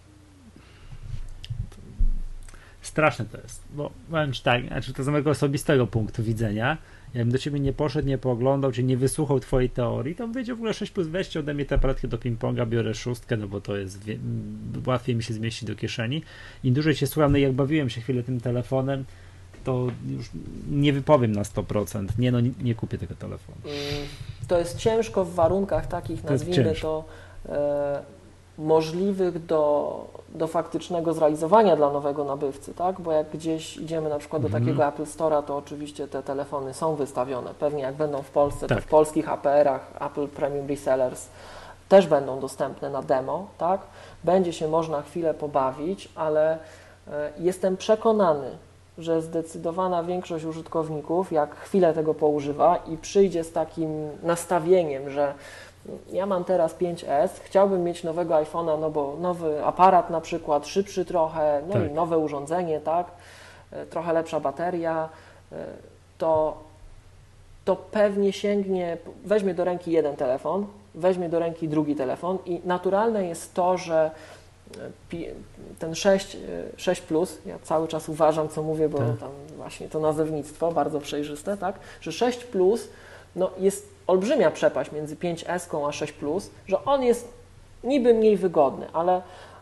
Straszne to jest, bo powiem Ci tak, to z mojego osobistego punktu widzenia, jakbym do Ciebie nie poszedł, nie pooglądał, czy nie wysłuchał Twojej teorii, to bym wiedział w ogóle 6 Plus, weźcie ode mnie tę aparatkę do ping-ponga, biorę 6, no bo to jest, łatwiej mi się zmieścić do kieszeni. Im dłużej się słucham, no jak bawiłem się chwilę tym telefonem, to już nie wypowiem na 100%, nie kupię tego telefonu. To jest ciężko w warunkach takich, nazwijmy to, możliwych do faktycznego zrealizowania dla nowego nabywcy, tak? Bo jak gdzieś idziemy na przykład do takiego Apple Store'a, to oczywiście te telefony są wystawione. Pewnie jak będą w Polsce, to w polskich APR-ach, Apple Premium Resellers, też będą dostępne na demo, tak? Będzie się można chwilę pobawić, ale jestem przekonany, że zdecydowana większość użytkowników, jak chwilę tego poużywa i przyjdzie z takim nastawieniem, że ja mam teraz 5S, chciałbym mieć nowego iPhone'a, no bo nowy aparat na przykład, szybszy trochę, no i nowe urządzenie, tak, trochę lepsza bateria, to pewnie sięgnie, weźmie do ręki jeden telefon, weźmie do ręki drugi telefon i naturalne jest to, że ten 6 Plus, ja cały czas uważam, co mówię, bo tam właśnie to nazewnictwo bardzo przejrzyste, tak, że 6 Plus no jest olbrzymia przepaść między 5S a 6 Plus, że on jest niby mniej wygodny, ale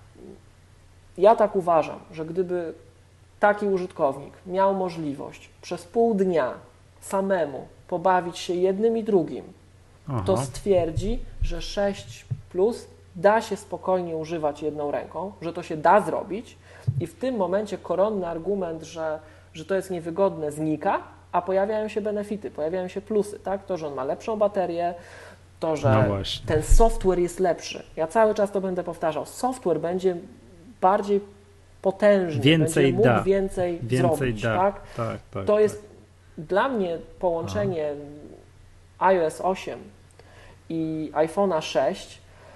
ja tak uważam, że gdyby taki użytkownik miał możliwość przez pół dnia samemu pobawić się jednym i drugim, to stwierdzi, że 6 Plus da się spokojnie używać jedną ręką, że to się da zrobić i w tym momencie koronny argument, że to jest niewygodne, znika, a pojawiają się benefity, pojawiają się plusy, tak? To, że on ma lepszą baterię, to, że ten software jest lepszy. Ja cały czas to będę powtarzał. Software będzie bardziej potężny, będzie mógł więcej zrobić, tak? To jest dla mnie połączenie iOS 8 i iPhone'a 6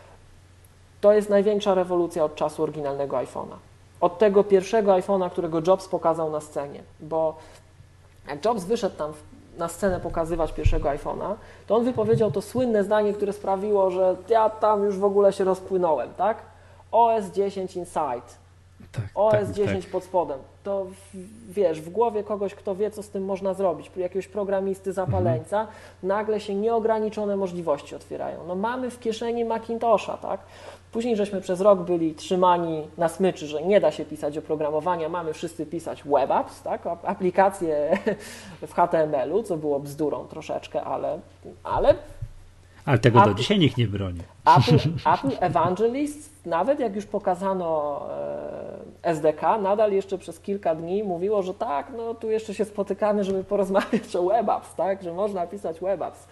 to jest największa rewolucja od czasu oryginalnego iPhone'a. Od tego pierwszego iPhone'a, którego Jobs pokazał na scenie, bo jak Jobs wyszedł tam na scenę pokazywać pierwszego iPhone'a, to on wypowiedział to słynne zdanie, które sprawiło, że ja tam już w ogóle się rozpłynąłem, tak? OS 10 inside, OS 10 pod spodem. To wiesz, w głowie kogoś, kto wie, co z tym można zrobić, jakiegoś programisty, zapaleńca, nagle się nieograniczone możliwości otwierają. No mamy w kieszeni Macintosha, tak? Później żeśmy przez rok byli trzymani na smyczy, że nie da się pisać oprogramowania, mamy wszyscy pisać web apps, tak? Aplikacje w HTML-u, co było bzdurą troszeczkę, ale tego do dzisiaj nikt nie broni. Apple Evangelist, nawet jak już pokazano SDK, nadal jeszcze przez kilka dni mówiło, że tak, no tu jeszcze się spotykamy, żeby porozmawiać o web apps, tak? Że można pisać web apps.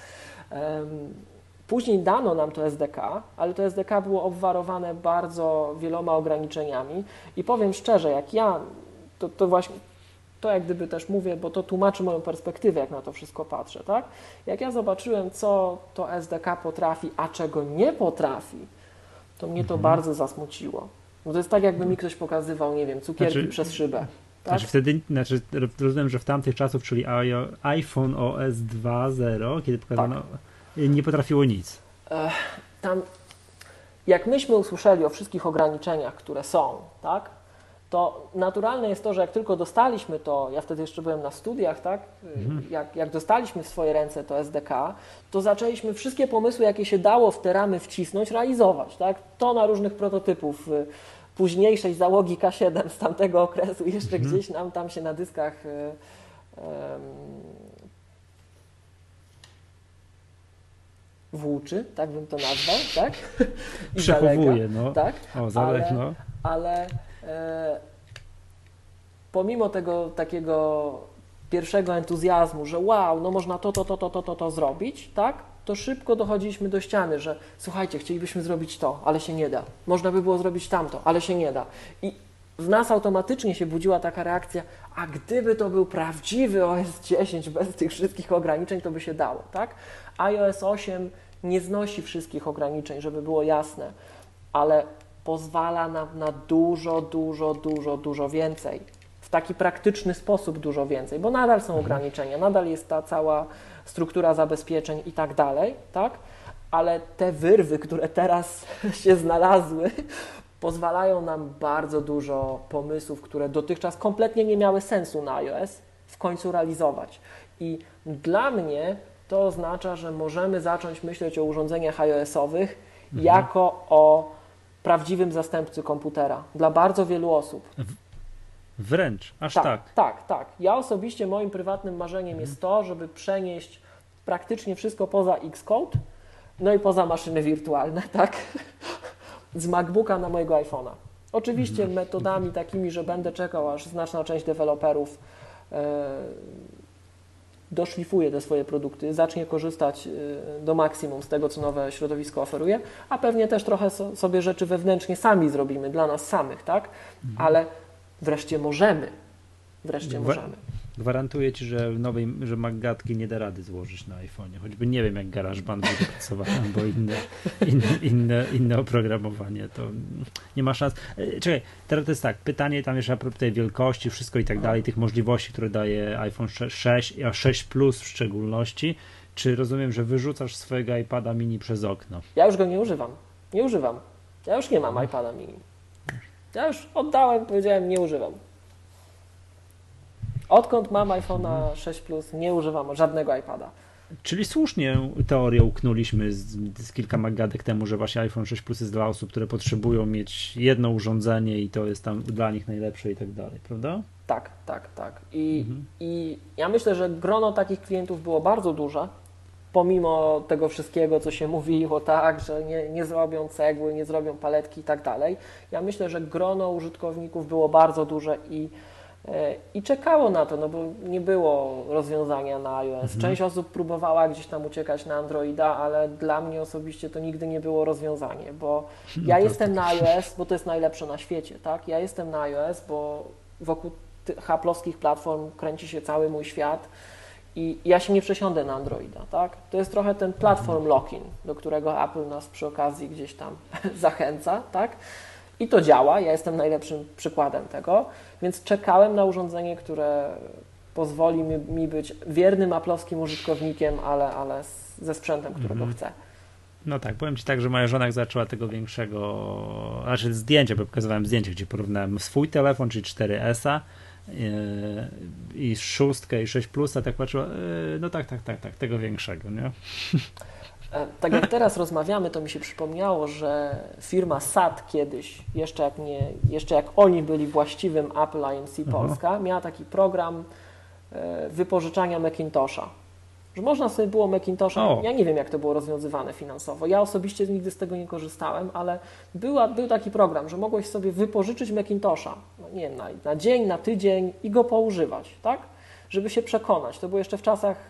Później dano nam to SDK, ale to SDK było obwarowane bardzo wieloma ograniczeniami i powiem szczerze, jak ja, to właśnie, to jak gdyby też mówię, bo to tłumaczy moją perspektywę, jak na to wszystko patrzę, tak? Jak ja zobaczyłem, co to SDK potrafi, a czego nie potrafi, to mnie to bardzo zasmuciło. Bo to jest tak, jakby mi ktoś pokazywał, nie wiem, cukierki przez szybę. Tak? Rozumiem, że w tamtych czasach, czyli iPhone OS 2.0, kiedy pokazano, nie potrafiło nic. Jak myśmy usłyszeli o wszystkich ograniczeniach, które są, tak, to naturalne jest to, że jak tylko dostaliśmy to, ja wtedy jeszcze byłem na studiach, tak? Jak dostaliśmy w swoje ręce to SDK, to zaczęliśmy wszystkie pomysły, jakie się dało w te ramy wcisnąć, realizować, tak? To na różnych prototypów późniejszej załogi K7 z tamtego okresu jeszcze gdzieś nam tam się na dyskach włóczy, tak bym to nazwał, tak? I przechowuje, zalega, no. tak? O, zaleg, no. Ale pomimo tego takiego pierwszego entuzjazmu, że wow, no można to zrobić, tak? To szybko dochodziliśmy do ściany, że słuchajcie, chcielibyśmy zrobić to, ale się nie da. Można by było zrobić tamto, ale się nie da. I w nas automatycznie się budziła taka reakcja, a gdyby to był prawdziwy OS 10 bez tych wszystkich ograniczeń, to by się dało, tak? iOS 8 nie znosi wszystkich ograniczeń, żeby było jasne, ale pozwala nam na dużo więcej. W taki praktyczny sposób dużo więcej, bo nadal są ograniczenia, nadal jest ta cała struktura zabezpieczeń i tak dalej, tak? Ale te wyrwy, które teraz się znalazły, pozwalają nam bardzo dużo pomysłów, które dotychczas kompletnie nie miały sensu na iOS, w końcu realizować. I dla mnie to oznacza, że możemy zacząć myśleć o urządzeniach iOS-owych jako o prawdziwym zastępcy komputera dla bardzo wielu osób. Wręcz, aż tak. Tak. Ja osobiście moim prywatnym marzeniem jest to, żeby przenieść praktycznie wszystko poza Xcode, no i poza maszyny wirtualne, tak? Z MacBooka na mojego iPhone'a. Oczywiście metodami takimi, że będę czekał, aż znaczna część deweloperów doszlifuje te swoje produkty, zacznie korzystać do maksimum z tego, co nowe środowisko oferuje, a pewnie też trochę sobie rzeczy wewnętrznie sami zrobimy, dla nas samych, tak? Ale wreszcie możemy. Gwarantuję Ci, że że MacGatki nie da rady złożyć na iPhone'ie, choćby nie wiem, jak GarageBand będzie pracował, bo inne oprogramowanie, to nie ma szans. Czekaj, teraz to jest tak, pytanie tam jeszcze a propos tej wielkości, wszystko i tak dalej, tych możliwości, które daje iPhone 6, a 6 Plus w szczególności. Czy rozumiem, że wyrzucasz swojego iPada mini przez okno? Ja już go nie używam. Ja już nie mam iPada mini. Ja już oddałem, powiedziałem, nie używam. Odkąd mam iPhone'a 6 Plus, nie używam żadnego iPada. Czyli słusznie teorię uknuliśmy z kilka magadek temu, że właśnie iPhone 6 Plus jest dla osób, które potrzebują mieć jedno urządzenie i to jest tam dla nich najlepsze i tak dalej, prawda? Tak. I ja myślę, że grono takich klientów było bardzo duże, pomimo tego wszystkiego, co się mówiło, tak, że nie zrobią cegły, nie zrobią paletki i tak dalej. Ja myślę, że grono użytkowników było bardzo duże i czekało na to, no bo nie było rozwiązania na iOS. Część osób próbowała gdzieś tam uciekać na Androida, ale dla mnie osobiście to nigdy nie było rozwiązanie, bo ja jestem na iOS, bo to jest najlepsze na świecie, tak? Ja jestem na iOS, bo wokół Apple'owskich platform kręci się cały mój świat i ja się nie przesiądę na Androida, tak? To jest trochę ten platform lock-in, do którego Apple nas przy okazji gdzieś tam zachęca, tak? I to działa, ja jestem najlepszym przykładem tego, więc czekałem na urządzenie, które pozwoli mi być wiernym aplowskim użytkownikiem, ale ze sprzętem, którego chcę. No tak, powiem Ci tak, że moja żona zaczęła tego większego, znaczy zdjęcia, bo pokazywałem zdjęcie, gdzie porównałem swój telefon, czyli 4S-a i 6 i 6 Plusa, tak patrzyła, no tak, tego większego, nie? Tak jak teraz rozmawiamy, to mi się przypomniało, że firma SAT kiedyś, jeszcze jak oni byli właściwym Apple Inc. Polska, miała taki program wypożyczania Macintosha. Że można sobie było Macintosha, ja nie wiem jak to było rozwiązywane finansowo, ja osobiście nigdy z tego nie korzystałem, ale był taki program, że mogłeś sobie wypożyczyć Macintosha, no nie wiem, na dzień, na tydzień i go poużywać, tak? Żeby się przekonać. To było jeszcze w czasach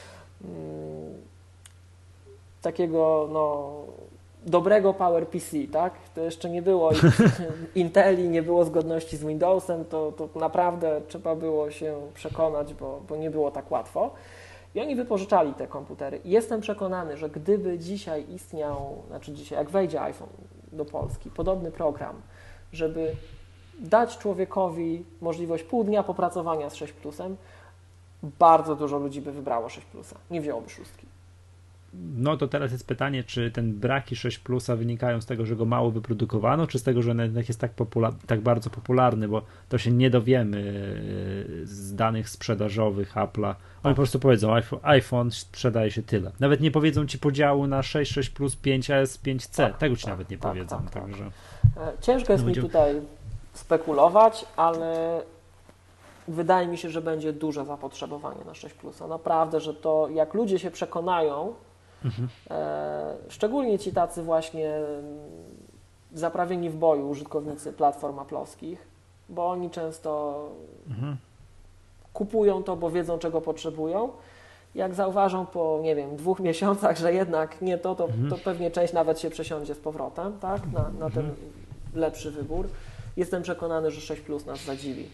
takiego dobrego PowerPC, tak? To jeszcze nie było Inteli, nie było zgodności z Windowsem, to naprawdę trzeba było się przekonać, bo nie było tak łatwo. I oni wypożyczali te komputery. I jestem przekonany, że gdyby dzisiaj istniał, jak wejdzie iPhone do Polski, podobny program, żeby dać człowiekowi możliwość pół dnia popracowania z 6 Plusem, bardzo dużo ludzi by wybrało 6 Plusa, nie wzięłoby 6. no to teraz jest pytanie, czy ten braki 6 Plusa wynikają z tego, że go mało wyprodukowano, czy z tego, że on jednak jest tak bardzo popularny, bo to się nie dowiemy z danych sprzedażowych Apple'a. Oni po prostu powiedzą, iPhone sprzedaje się tyle. Nawet nie powiedzą ci podziału na 6 Plus, 5S, 5C. Tego ci nawet nie powiedzą. Także... Ciężko jest mi tutaj spekulować, ale wydaje mi się, że będzie duże zapotrzebowanie na 6 Plusa. Naprawdę, że to jak ludzie się przekonają, szczególnie ci tacy właśnie zaprawieni w boju użytkownicy platform aplowskich, bo oni często kupują to, bo wiedzą, czego potrzebują. Jak zauważą po, nie wiem, 2 miesiącach, że jednak nie to pewnie część nawet się przesiądzie z powrotem, tak, na ten lepszy wybór. Jestem przekonany, że 6 Plus nas zadziwi.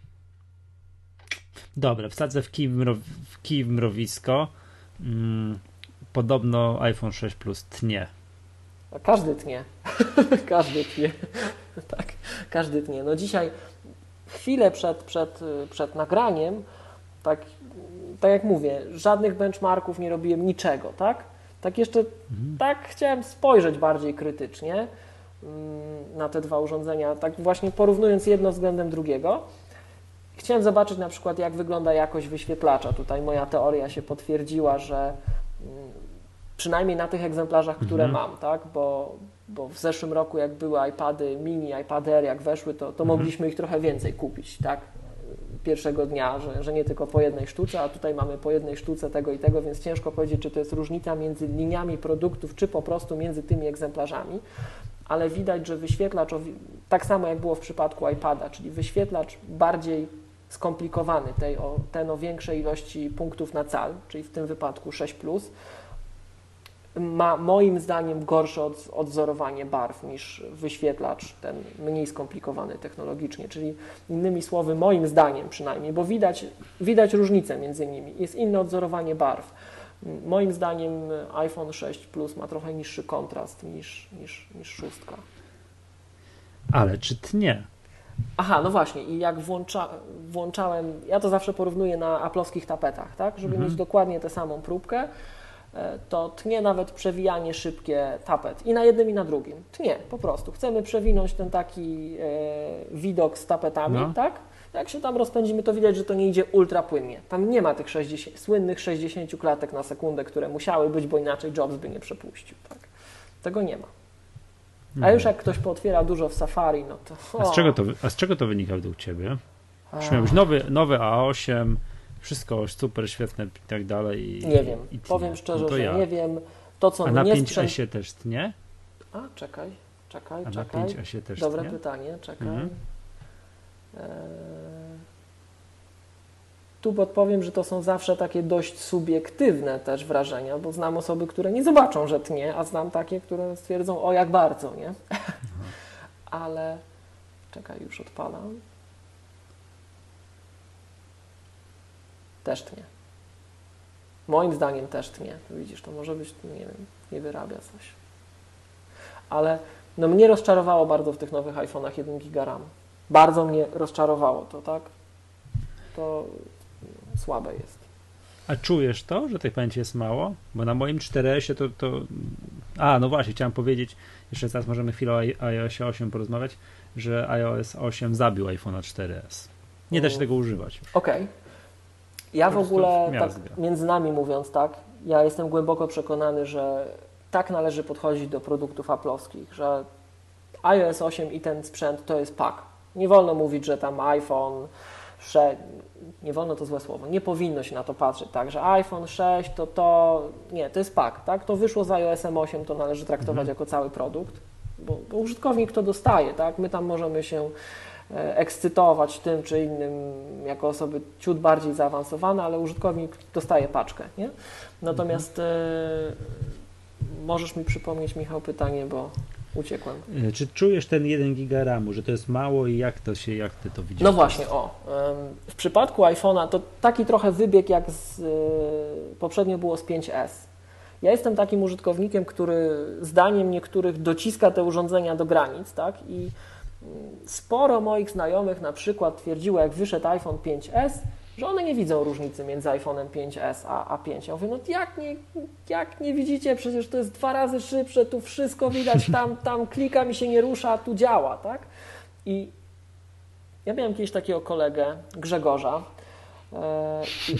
Dobra, wsadzę w kij w mrowisko. Podobno iPhone 6 Plus tnie. A każdy tnie. Każdy tnie. Tak, każdy tnie. No dzisiaj, chwilę przed nagraniem, tak jak mówię, żadnych benchmarków nie robiłem, niczego, tak? Tak jeszcze, tak chciałem spojrzeć bardziej krytycznie na te dwa urządzenia, tak właśnie porównując jedno względem drugiego. Chciałem zobaczyć na przykład, jak wygląda jakość wyświetlacza. Tutaj moja teoria się potwierdziła, że przynajmniej na tych egzemplarzach, które mam, tak? Bo w zeszłym roku, jak były iPady mini, iPady Air, jak weszły, to mogliśmy ich trochę więcej kupić, tak? Pierwszego dnia, że nie tylko po jednej sztuce, a tutaj mamy po jednej sztuce tego i tego, więc ciężko powiedzieć, czy to jest różnica między liniami produktów, czy po prostu między tymi egzemplarzami, ale widać, że wyświetlacz, tak samo jak było w przypadku iPada, czyli wyświetlacz bardziej skomplikowany, ten o większej ilości punktów na cal, czyli w tym wypadku 6+, ma moim zdaniem gorsze odwzorowanie barw niż wyświetlacz ten mniej skomplikowany technologicznie, czyli innymi słowy, moim zdaniem przynajmniej, bo widać różnicę między nimi, jest inne odwzorowanie barw. Moim zdaniem iPhone 6 Plus ma trochę niższy kontrast niż 6. Ale czy tnie? Aha, no właśnie i jak włączałem, ja to zawsze porównuję na aplowskich tapetach, tak, żeby mieć dokładnie tę samą próbkę, to tnie nawet przewijanie szybkie tapet i na jednym i na drugim. Tnie, po prostu. Chcemy przewinąć ten taki widok z tapetami, tak? Jak się tam rozpędzimy, to widać, że to nie idzie ultra płynnie. Tam nie ma tych słynnych 60 klatek na sekundę, które musiały być, bo inaczej Jobs by nie przepuścił. Tak? Tego nie ma. A już jak ktoś pootwiera dużo w Safari, no to... A z czego to wynika według Ciebie? Już miał być nowy A8, wszystko super, świetne i tak dalej. Nie wiem. Powiem szczerze, że nie wiem. To, co a na 5S też tnie? A, czekaj. A na 5S też Dobre tnie? pytanie, czekaj. Tu podpowiem, że to są zawsze takie dość subiektywne też wrażenia, bo znam osoby, które nie zobaczą, że tnie, a znam takie, które stwierdzą, o jak bardzo, nie? Ale czekaj, już odpalam. Też tnie. Moim zdaniem też tnie. Widzisz, to może być, nie wiem, nie wyrabia coś. Ale no mnie rozczarowało bardzo w tych nowych iPhone'ach 1 GB RAM. Bardzo mnie rozczarowało to, tak? To słabe jest. A czujesz to, że tej pamięci jest mało? Bo na moim 4S-ie to... A, no właśnie, chciałem powiedzieć, jeszcze teraz możemy chwilę o iOS 8 porozmawiać, że iOS 8 zabił iPhone'a 4S. Nie da się tego używać już. Okej. Ja w ogóle, tak między nami mówiąc, tak, ja jestem głęboko przekonany, że tak należy podchodzić do produktów Apple'owskich, że iOS 8 i ten sprzęt to jest pak. Nie wolno mówić, że tam iPhone 6, nie wolno, to złe słowo, nie powinno się na to patrzeć, tak, że iPhone 6 nie, to jest pak, tak, to wyszło z iOS-em 8, to należy traktować jako cały produkt, bo użytkownik to dostaje, tak, my tam możemy się ekscytować tym czy innym jako osoby ciut bardziej zaawansowane, ale użytkownik dostaje paczkę, nie? Natomiast możesz mi przypomnieć, Michał, pytanie, bo uciekłem. Czy czujesz ten 1 giga RAM-u, że to jest mało i jak ty to widzisz? No właśnie, w przypadku iPhone'a to taki trochę wybieg jak poprzednio było z 5S. Ja jestem takim użytkownikiem, który zdaniem niektórych dociska te urządzenia do granic, tak? I sporo moich znajomych na przykład twierdziło, jak wyszedł iPhone 5S, że one nie widzą różnicy między iPhone'em 5S a 5. Ja mówię, no jak nie widzicie, przecież to jest 2 razy szybsze, tu wszystko widać, tam klikam i się nie rusza, a tu działa, tak? I ja miałem kiedyś takiego kolegę, Grzegorza, i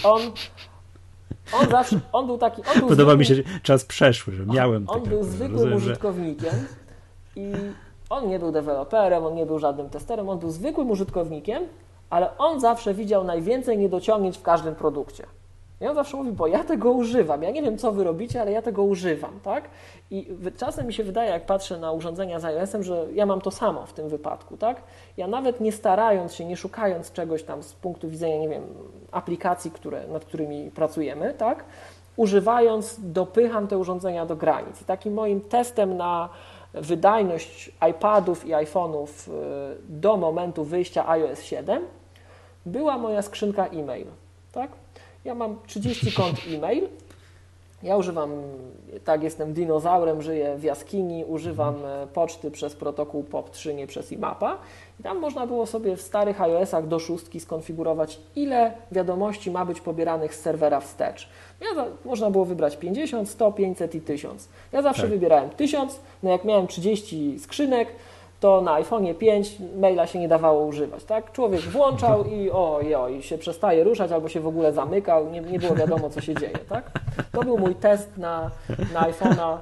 on był taki... Podoba mi się czas przeszły, że miałem On był zwykłym użytkownikiem i on nie był deweloperem, on nie był żadnym testerem, on był zwykłym użytkownikiem, ale on zawsze widział najwięcej niedociągnięć w każdym produkcie. I on zawsze mówi, bo ja tego używam, ja nie wiem, co wy robicie, ale ja tego używam, tak? I czasem mi się wydaje, jak patrzę na urządzenia z iOS-em, że ja mam to samo w tym wypadku, tak? Ja nawet nie starając się, nie szukając czegoś tam z punktu widzenia, nie wiem, aplikacji, nad którymi pracujemy, tak? Używając, dopycham te urządzenia do granic. I takim moim testem na wydajność iPadów i iPhone'ów do momentu wyjścia iOS 7 była moja skrzynka e-mail, tak? Ja mam 30 kont e-mail, ja używam, tak, jestem dinozaurem, żyję w jaskini, używam poczty przez protokół POP3, nie przez IMAP-a i tam można było sobie w starych iOS-ach do 6 skonfigurować, ile wiadomości ma być pobieranych z serwera wstecz. Można było wybrać 50, 100, 500 i 1000. Ja zawsze wybierałem 1000, no jak miałem 30 skrzynek, to na iPhone'ie 5 maila się nie dawało używać. Tak? Człowiek włączał i się przestaje ruszać albo się w ogóle zamykał, nie było wiadomo, co się dzieje. Tak? To był mój test na iPhone'a.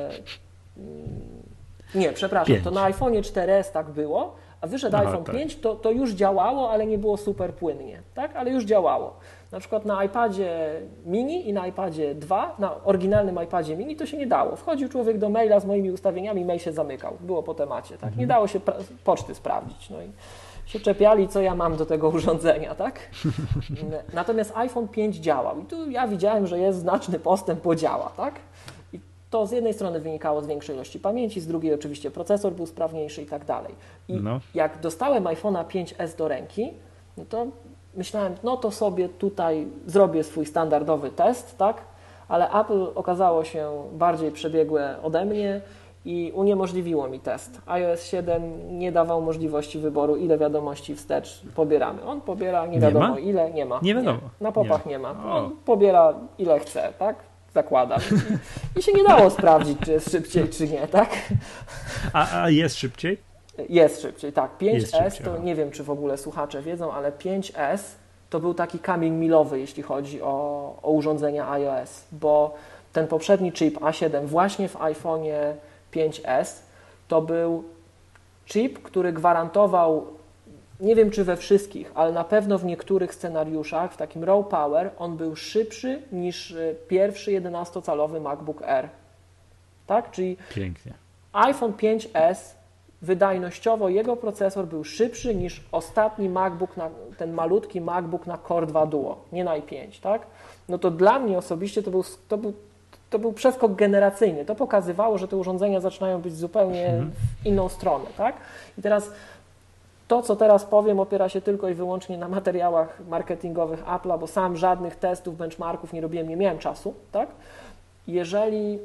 Nie, przepraszam, 5. To na iPhone'ie 4S tak było, a wyszedł iPhone 5, to już działało, ale nie było super płynnie, tak? Ale już działało. Na przykład na iPadzie mini i na iPadzie 2, na oryginalnym iPadzie mini to się nie dało. Wchodził człowiek do maila z moimi ustawieniami, mail się zamykał. Było po temacie, tak? Nie dało się poczty sprawdzić. No i się czepiali, co ja mam do tego urządzenia, tak? Natomiast iPhone 5 działał i tu ja widziałem, że jest znaczny postęp, bo działa, tak? I to z jednej strony wynikało z większej ilości pamięci, z drugiej oczywiście procesor był sprawniejszy i tak dalej. I jak dostałem iPhone'a 5S do ręki, no to myślałem, no to sobie tutaj zrobię swój standardowy test, tak? Ale Apple okazało się bardziej przebiegłe ode mnie i uniemożliwiło mi test. iOS 7 nie dawał możliwości wyboru, ile wiadomości wstecz pobieramy. On pobiera nie wiadomo ile, nie ma. Nie wiadomo. Na popach nie ma. On pobiera ile chce, tak? Zakładam. I się nie dało sprawdzić, czy jest szybciej, czy nie, tak? A jest szybciej? Jest szybciej, tak. 5S to nie wiem, czy w ogóle słuchacze wiedzą, ale 5S to był taki kamień milowy, jeśli chodzi o urządzenia iOS, bo ten poprzedni chip A7 właśnie w iPhone'ie 5S to był chip, który gwarantował, nie wiem czy we wszystkich, ale na pewno w niektórych scenariuszach, w takim raw power, on był szybszy niż pierwszy 11-calowy MacBook Air. Tak? Czyli pięknie. iPhone 5S wydajnościowo jego procesor był szybszy niż ostatni MacBook, ten malutki MacBook na Core 2 Duo, nie na i5, tak? No to dla mnie osobiście to był przeskok generacyjny. To pokazywało, że te urządzenia zaczynają być zupełnie w inną stronę, tak? I teraz to, co teraz powiem, opiera się tylko i wyłącznie na materiałach marketingowych Apple'a, bo sam żadnych testów, benchmarków nie robiłem, nie miałem czasu, tak? Jeżeli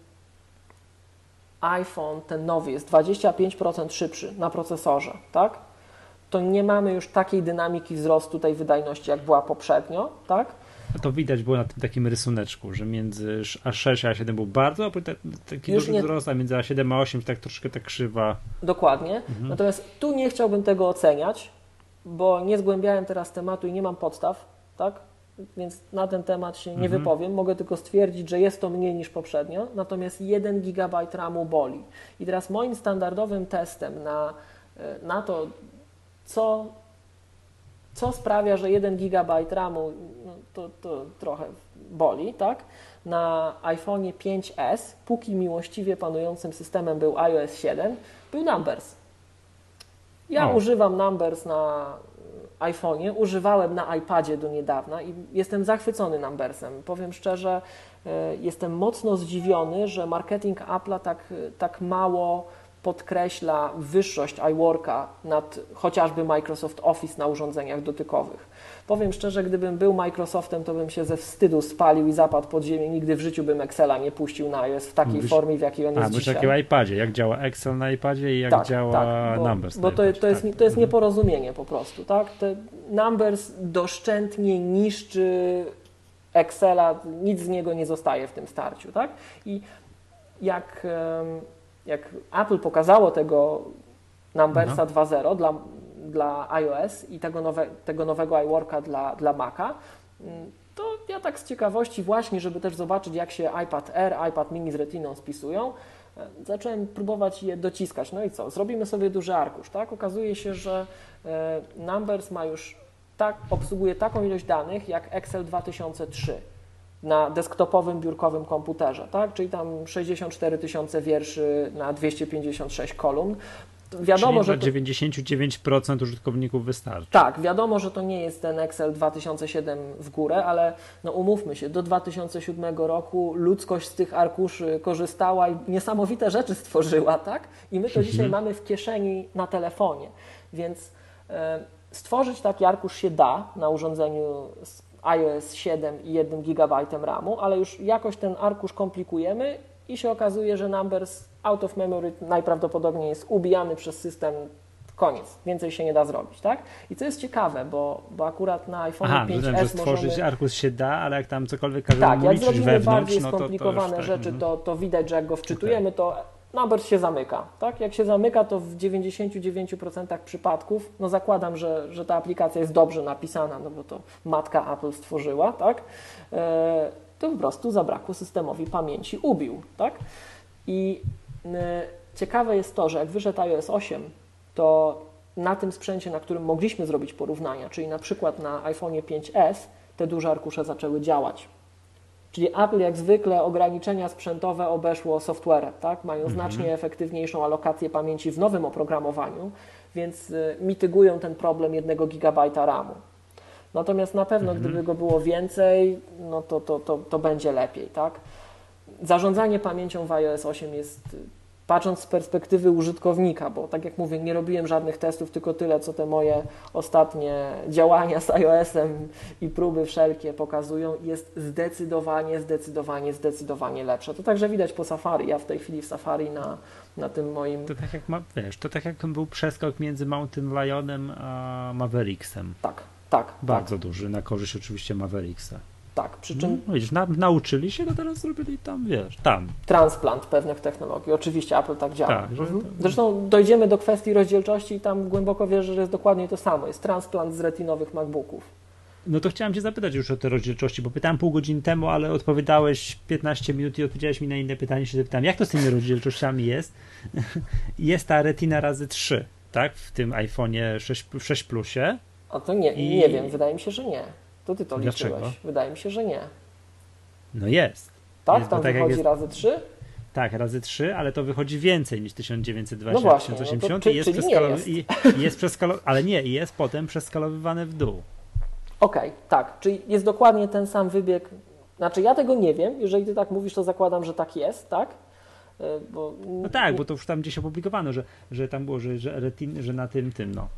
iPhone, ten nowy, jest 25% szybszy na procesorze, tak? To nie mamy już takiej dynamiki wzrostu tej wydajności, jak była poprzednio, tak? To widać było na tym takim rysuneczku, że między A6 a A7 był bardzo taki duży wzrost, a między A7 a 8 tak troszkę tak krzywa. Dokładnie. Natomiast tu nie chciałbym tego oceniać, bo nie zgłębiałem teraz tematu i nie mam podstaw, tak? Więc na ten temat się nie wypowiem. Mogę tylko stwierdzić, że jest to mniej niż poprzednio, natomiast 1 GB RAMu boli. I teraz moim standardowym testem na to, co sprawia, że 1 GB RAMu to trochę boli, tak? Na iPhone'ie 5S, póki miłościwie panującym systemem był iOS 7, był Numbers. Ja używam Numbers na iPhone'ie, używałem na iPadzie do niedawna i jestem zachwycony Numbersem. Powiem szczerze, jestem mocno zdziwiony, że marketing Apple'a tak mało podkreśla wyższość iWorka nad chociażby Microsoft Office na urządzeniach dotykowych. Powiem szczerze, gdybym był Microsoftem, to bym się ze wstydu spalił i zapadł pod ziemię. Nigdy w życiu bym Excela nie puścił na iOS w takiej formie, w jakiej on jest dzisiaj. A, takiego iPadzie, jak działa Excel na iPadzie i jak działa Numbers. Bo to jest nieporozumienie po prostu. Tak? Numbers doszczętnie niszczy Excela, nic z niego nie zostaje w tym starciu. Tak? I jak Apple pokazało tego Numbersa 2.0 dla iOS i tego nowego iWorka dla Maca, to ja tak z ciekawości właśnie, żeby też zobaczyć, jak się iPad Air, iPad mini z Retiną spisują, zacząłem próbować je dociskać. No i co? Zrobimy sobie duży arkusz. Tak? Okazuje się, że Numbers obsługuje taką ilość danych jak Excel 2003 na desktopowym, biurkowym komputerze, tak? Czyli tam 64 000 wierszy na 256 kolumn. Wiadomo, czyli dla 99% użytkowników wystarczy. Tak, wiadomo, że to nie jest ten Excel 2007 w górę, ale no umówmy się, do 2007 roku ludzkość z tych arkuszy korzystała i niesamowite rzeczy stworzyła, tak? I my to dzisiaj mamy w kieszeni na telefonie, więc stworzyć taki arkusz się da na urządzeniu z iOS 7 i 1 GB RAMu, ale już jakoś ten arkusz komplikujemy i się okazuje, że Numbers out of memory najprawdopodobniej jest ubijany przez system, koniec, więcej się nie da zrobić, tak? I co jest ciekawe, bo akurat na iPhone 5S że stworzyć arkusz się da, ale jak tam cokolwiek każemy tak, jak liczyć zrobimy wewnątrz, bardziej skomplikowane tak, rzeczy, to widać, że jak go wczytujemy, to Numbers się zamyka, tak? Jak się zamyka, to w 99% przypadków, no zakładam, że ta aplikacja jest dobrze napisana, no bo to matka Apple stworzyła, tak? To po prostu zabrakło systemowi pamięci, ubił, tak? I ciekawe jest to, że jak wyszedł iOS 8, to na tym sprzęcie, na którym mogliśmy zrobić porównania, czyli na przykład na iPhone 5S, te duże arkusze zaczęły działać. Czyli Apple jak zwykle ograniczenia sprzętowe obeszło softwarem, tak? Mają znacznie efektywniejszą alokację pamięci w nowym oprogramowaniu, więc mitygują ten problem 1 GB RAMu. Natomiast na pewno, gdyby go było więcej, no to będzie lepiej, tak? Zarządzanie pamięcią w iOS 8 jest, patrząc z perspektywy użytkownika, bo tak jak mówię, nie robiłem żadnych testów, tylko tyle, co te moje ostatnie działania z iOS-em i próby wszelkie pokazują, jest zdecydowanie lepsze. To także widać po Safari. Ja w tej chwili w Safari na tym moim... To tak jak to tak jak był przeskok między Mountain Lionem a Mavericksem. Tak. Bardzo duży, na korzyść oczywiście Mavericksa. Tak, przy czym... No, widzisz, nauczyli się, to teraz zrobili tam. Transplant pewnych technologii. Oczywiście Apple tak działa. Tak, Zresztą dojdziemy do kwestii rozdzielczości i tam głęboko wierzę, że jest dokładnie to samo. Jest transplant z retinowych MacBooków. No to chciałem Cię zapytać już o te rozdzielczości, bo pytałem pół godziny temu, ale odpowiadałeś 15 minut i odpowiedziałeś mi na inne pytanie, się zapytałem, jak to z tymi rozdzielczościami jest? Jest ta Retina razy 3, tak? W tym iPhone'ie 6 Plusie. A to nie wiem, wydaje mi się, że nie. To ty to Dlaczego? liczyłeś. Wydaje mi się, że nie. No jest. Tak? Jest, tam wychodzi razy 3? Tak, razy 3, ale to wychodzi więcej niż 1920, no właśnie, 1080 no i jest ale nie, i jest potem przeskalowywane w dół. Okej, tak, czyli jest dokładnie ten sam wybieg. Znaczy ja tego nie wiem, jeżeli ty tak mówisz, to zakładam, że tak jest, tak? No tak, bo to już tam gdzieś opublikowano, że tam było, że na tym,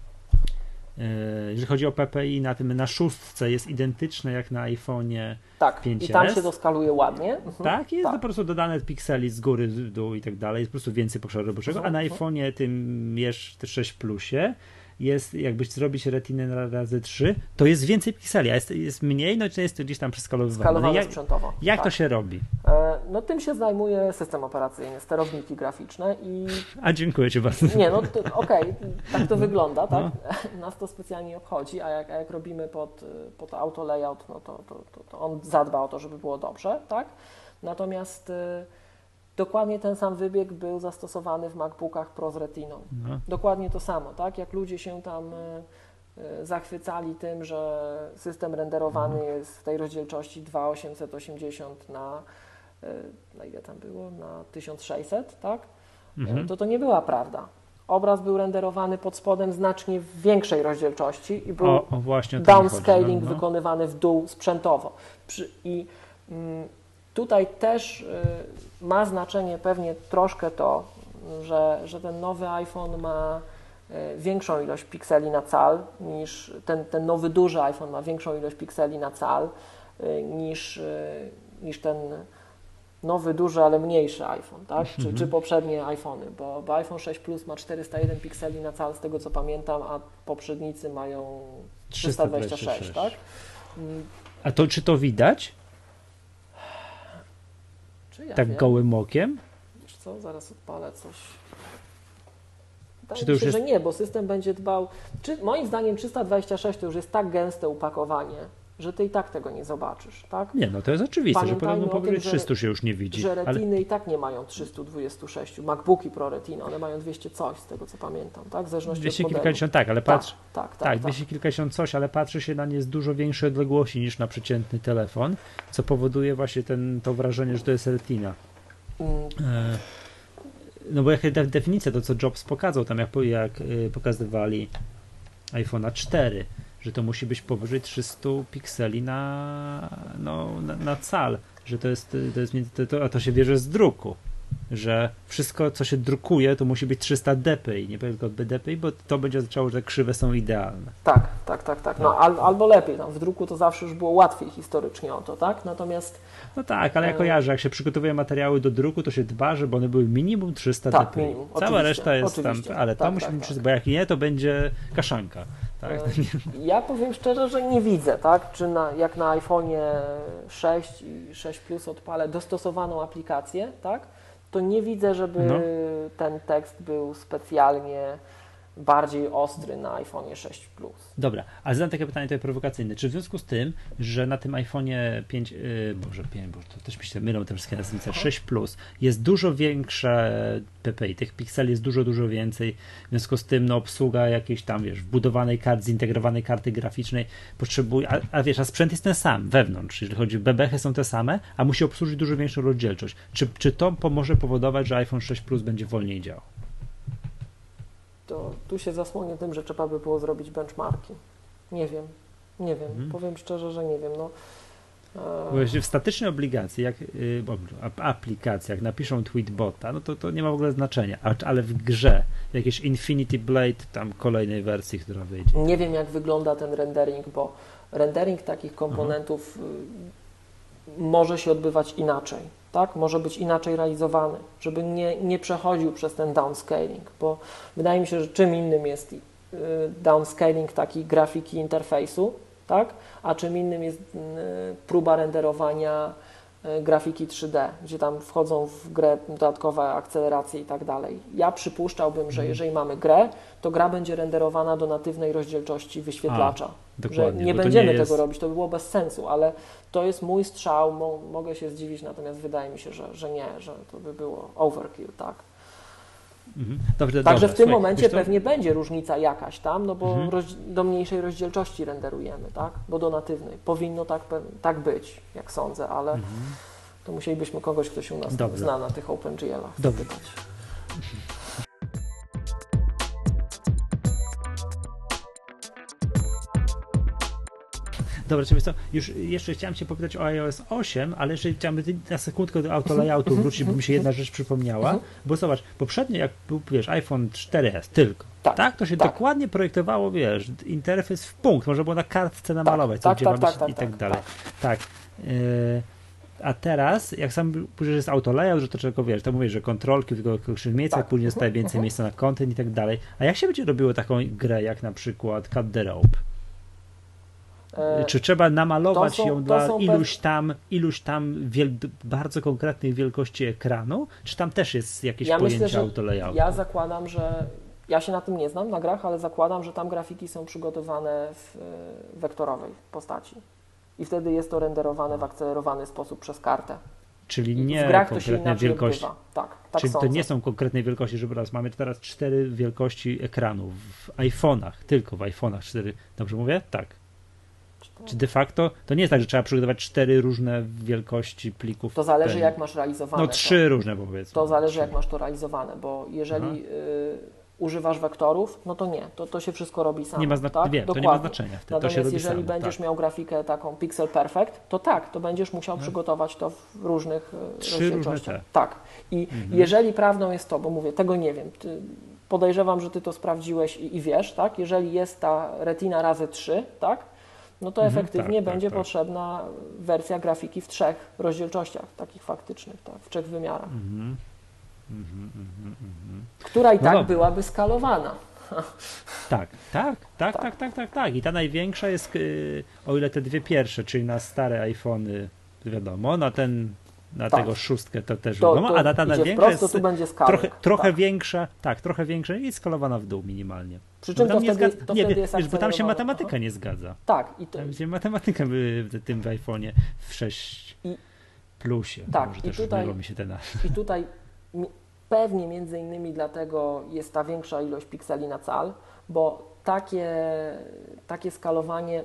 jeżeli chodzi o PPI, na szóstce jest identyczne jak na iPhone'ie 5S. I tam się to skaluje ładnie. Tak, jest po prostu dodane pikseli z góry, z dół i tak dalej, jest po prostu więcej obszaru roboczego, a na iPhone'ie tym 6 Plusie jest, jakbyś zrobić retinę razy 3, to jest więcej pikseli, a jest mniej, no to jest to gdzieś tam przeskalowywane. Skalowane sprzętowo. Jak to się robi? No tym się zajmuje system operacyjny, sterowniki graficzne i... A dziękuję Ci bardzo. Nie, no okej, tak to wygląda, tak? Nas to specjalnie nie obchodzi, a jak robimy pod auto layout, no to on zadba o to, żeby było dobrze, tak? Natomiast dokładnie ten sam wybieg był zastosowany w MacBookach Pro z Retiną. No. Dokładnie to samo, tak? Jak ludzie się tam zachwycali tym, że system renderowany jest w tej rozdzielczości 2880 na ile tam było? Na 1600, tak? To nie była prawda. Obraz był renderowany pod spodem znacznie w większej rozdzielczości i był downscaling wykonywany w dół sprzętowo. Tutaj też ma znaczenie pewnie troszkę to, że ten nowy iPhone ma większą ilość pikseli na cal niż ten nowy duży iPhone ma większą ilość pikseli na cal niż ten nowy duży, ale mniejszy iPhone, tak? Czy poprzednie iPhony, bo iPhone 6 Plus ma 401 pikseli na cal, z tego co pamiętam, a poprzednicy mają 326, tak? A to czy to widać? Czy ja tak wiem? gołym okiem? Wiesz co, zaraz odpalę coś. Czy to już Myślę, jest... że nie, bo system będzie dbał. Moim zdaniem 326 to już jest tak gęste upakowanie, że ty i tak tego nie zobaczysz, tak? Nie, no to jest oczywiste, że podobno Pamiętajmy o powyżej tym, 300 się już nie widzi. Że Retiny i tak nie mają 326. MacBooki Pro Retina, one mają 200 coś, z tego co pamiętam, tak? W zależności 200 od modelu. kilkadziesiąt, tak, ale patrz. Tak, 200 kilkadziesiąt coś, ale patrzy się na nie z dużo większej odległości niż na przeciętny telefon, co powoduje właśnie to wrażenie, że to jest Retina. No bo jak definicja, to co Jobs pokazał tam, jak pokazywali iPhone'a 4, że to musi być powyżej 300 pikseli na cal, że a to się bierze z druku, że wszystko, co się drukuje, to musi być 300 dpi, nie tylko dpi, bo to będzie oznaczało, że krzywe są idealne. Tak. No, albo lepiej, tam w druku to zawsze już było łatwiej historycznie o to, tak? Natomiast... No tak, ale ja kojarzę, jak się przygotowuje materiały do druku, to się dba, żeby one były minimum 300 tak, dpi. Minimum, Cała reszta jest tam, ale to musi być 300, bo jak nie, to będzie kaszanka. Tak? Ja powiem szczerze, że nie widzę, tak? Czy jak na iPhone'ie 6 i 6 Plus odpalę dostosowaną aplikację, tak? To nie widzę, żeby ten tekst był specjalnie bardziej ostry na iPhone'ie 6 Plus. Dobra, ale zadam takie pytanie tutaj prowokacyjne. Czy w związku z tym, że na tym iPhone'ie 5, Boże, to też mi się mylą te wszystkie nazwiska, 6 Plus jest dużo większe PPI, tych pikseli jest dużo więcej, w związku z tym obsługa jakiejś tam, wbudowanej karty, zintegrowanej karty graficznej potrzebuje, a sprzęt jest ten sam wewnątrz, jeżeli chodzi o bebechy są te same, a musi obsłużyć dużo większą rozdzielczość. Czy to może powodować, że iPhone 6 Plus będzie wolniej działał? To tu się zasłonię tym, że trzeba by było zrobić benchmarki. Nie wiem. Powiem szczerze, że nie wiem. Właśnie w statycznej obligacji, aplikacji, jak napiszą tweetbota, no to nie ma w ogóle znaczenia, ale w grze, jakieś Infinity Blade, tam kolejnej wersji, która wyjdzie. Nie wiem, jak wygląda ten rendering, bo rendering takich komponentów może się odbywać inaczej, tak? Może być inaczej realizowany, żeby nie przechodził przez ten downscaling, bo wydaje mi się, że czym innym jest downscaling takiej grafiki interfejsu, tak? A czym innym jest próba renderowania grafiki 3D, gdzie tam wchodzą w grę dodatkowe akceleracje i tak dalej. Ja przypuszczałbym, że jeżeli mamy grę, to gra będzie renderowana do natywnej rozdzielczości wyświetlacza. Że nie będziemy tego robić, to by było bez sensu, ale to jest mój strzał, mogę się zdziwić, natomiast wydaje mi się, że nie, że to by było overkill, tak. Także w tym momencie pewnie będzie różnica jakaś tam, no bo do mniejszej rozdzielczości renderujemy, tak? Bo do natywnej. Powinno tak być, jak sądzę, ale to musielibyśmy kogoś, kto się u nas zna na tych OpenGL-ach zapytać. Dobra, czy co? Już jeszcze chciałem Cię popytać o iOS 8, ale jeszcze chciałem na sekundkę do autolayoutu wrócić, bo mi się jedna rzecz przypomniała, bo zobacz, poprzednio jak był, iPhone 4S tylko, tak? To się dokładnie projektowało, interfejs w punkt, można było na kartce namalować, co gdzie ma być i tak dalej. Tak. A teraz, jak sam pójdziesz jest autolayout, że to czego to mówisz, że kontrolki w tylko miejscach, później zostaje więcej miejsca na content i tak dalej. A jak się będzie robiło taką grę, jak na przykład Cut the Rope? Czy trzeba namalować ją dla iluś tam bardzo konkretnej wielkości ekranu? Czy tam też jest jakieś pojęcie autolayoutu? Ja zakładam, że ja się na tym nie znam na grach, ale zakładam, że tam grafiki są przygotowane w wektorowej postaci. I wtedy jest to renderowane w akcelerowany sposób przez kartę. Czyli nie konkretne wielkości. Tak czyli sądzę. To nie są konkretnej wielkości, żeby mamy teraz 4 wielkości ekranów w iPhone'ach, tylko w iPhone'ach 4. Dobrze mówię? Tak. Czy de facto to nie jest tak, że trzeba przygotować 4 różne wielkości plików? To zależy jak masz realizowane. 3 różne powiedzmy. To zależy jak masz to realizowane, bo jeżeli używasz wektorów, no to nie, to się wszystko robi samo. Nie ma, tak? to nie ma znaczenia. Natomiast to się robi jeżeli samo, będziesz miał grafikę taką pixel perfect, to tak, to będziesz musiał przygotować to w różnych rozdzielczościach. Tak. I jeżeli prawdą jest to, bo mówię, tego nie wiem, podejrzewam, że ty to sprawdziłeś i wiesz, tak? Jeżeli jest ta retina razy 3, tak? No to efektywnie będzie potrzebna wersja grafiki w 3 rozdzielczościach takich faktycznych, tak? W 3 wymiarach. Która i tak byłaby skalowana. Tak. I ta największa jest, o ile te dwie pierwsze, czyli na stare iPhony, wiadomo, na tego 6 to też wiadomo, a ta największa jest tu będzie trochę większa, trochę większa i skalowana w dół minimalnie. Przy czym wtedy jest bo tam się matematyka nie zgadza. Tak. Tam się matematyka w tym iPhone'ie w 6 plusie. Tak, może też tutaj mi się i tutaj pewnie między innymi dlatego jest ta większa ilość pikseli na cal, bo takie skalowanie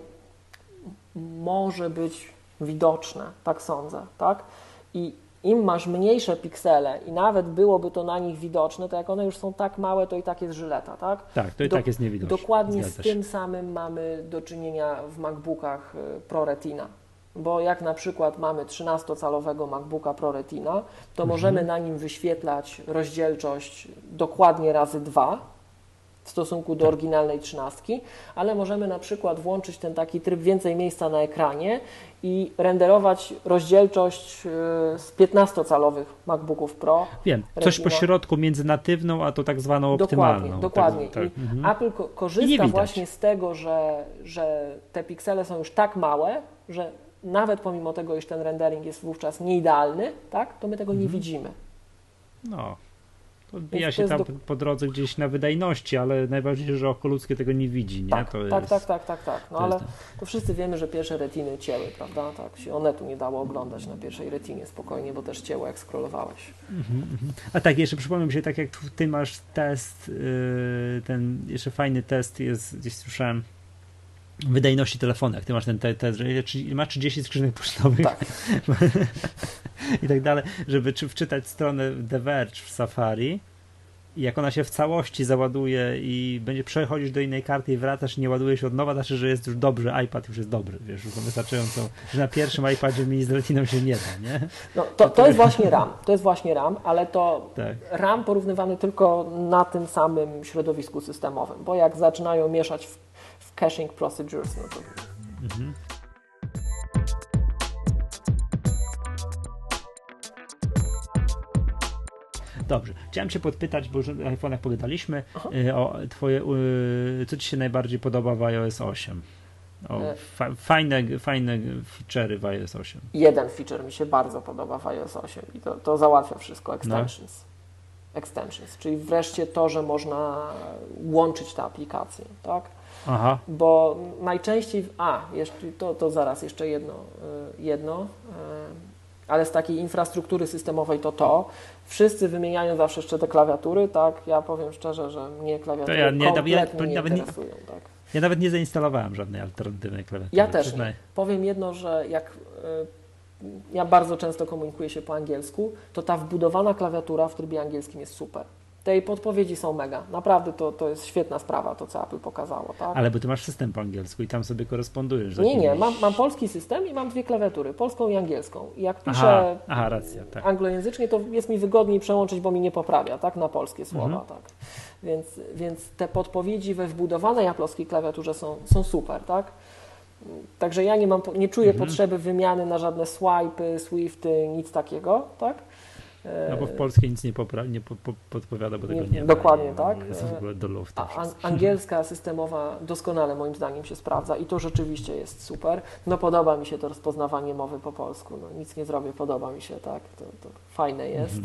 może być widoczne, tak sądzę, tak? I im masz mniejsze piksele i nawet byłoby to na nich widoczne, to jak one już są tak małe, to i tak jest żyleta, tak? Tak, to i tak jest niewidoczne. Dokładnie z tym samym mamy do czynienia w MacBookach Pro Retina. Bo jak na przykład mamy 13-calowego MacBooka Pro Retina, to możemy na nim wyświetlać rozdzielczość dokładnie razy 2 w stosunku do oryginalnej 13, ale możemy na przykład włączyć ten taki tryb więcej miejsca na ekranie i renderować rozdzielczość z 15-calowych MacBooków Pro. Wiem, coś po środku między natywną, a to tak zwaną optymalną. Dokładnie. I Apple korzysta właśnie z tego, że te piksele są już tak małe, że nawet pomimo tego, iż ten rendering jest wówczas nieidealny, tak, to my tego nie widzimy. No, to odbija się tam po drodze gdzieś na wydajności, ale najważniejsze, że oko ludzkie tego nie widzi, nie? Tak. No ale to wszyscy wiemy, że pierwsze retiny cięły, prawda? Tak się Onetu nie dało oglądać na pierwszej retinie spokojnie, bo też cięło, jak scrollowałeś. A tak, jeszcze przypomnę się, tak jak ty masz test, ten jeszcze fajny test jest, gdzieś słyszałem, wydajności telefonu, jak ty masz ten test, że ma 30 skrzynek pocztowych i tak dalej, żeby wczytać stronę The Verge w Safari i jak ona się w całości załaduje i będzie przechodzić do innej karty i wracasz i nie ładuje się od nowa, znaczy, że jest już dobrze, iPad już jest dobry, wiesz, już wystarczająco, że na pierwszym iPadzie mini z retiną się nie da, nie? No, to jest właśnie RAM, ale to RAM porównywany tylko na tym samym środowisku systemowym, bo jak zaczynają mieszać w caching procedures, no to... Dobrze. Chciałem cię podpytać, bo już o iPhone'ach pogadaliśmy, o co ci się najbardziej podoba w iOS 8? Fajne feature'y w iOS 8. Jeden feature mi się bardzo podoba w iOS 8 i to załatwia wszystko, extensions, czyli wreszcie to, że można łączyć te aplikacje, tak? Aha. Bo najczęściej, to zaraz jeszcze jedno, ale z takiej infrastruktury systemowej wszyscy wymieniają zawsze jeszcze te klawiatury, tak? Ja powiem szczerze, że mnie klawiatury kompletnie nie interesują, tak? Ja nawet nie zainstalowałem żadnej alternatywnej klawiatury. Ja też nie. Powiem jedno, że jak ja bardzo często komunikuję się po angielsku, to ta wbudowana klawiatura w trybie angielskim jest super. Te jej podpowiedzi są mega. Naprawdę to jest świetna sprawa, to co Apple pokazało. Tak? Ale bo ty masz system po angielsku i tam sobie korespondujesz. Nie. Mam polski system i mam 2 klawiatury, polską i angielską. I jak piszę racja, tak. anglojęzycznie, to jest mi wygodniej przełączyć, bo mi nie poprawia, tak? Na polskie słowa. Tak. Więc te podpowiedzi we wbudowanej aploskiej klawiaturze są super, tak? Także ja nie czuję potrzeby wymiany na żadne swipe'y, swifty, nic takiego, tak? No bo w polskiej nic nie podpowiada, bo tego nie ma. Dokładnie tak. W ogóle do luftu. Angielska systemowa doskonale moim zdaniem się sprawdza i to rzeczywiście jest super. No podoba mi się to rozpoznawanie mowy po polsku. No nic nie zrobię, podoba mi się, tak. To fajne jest.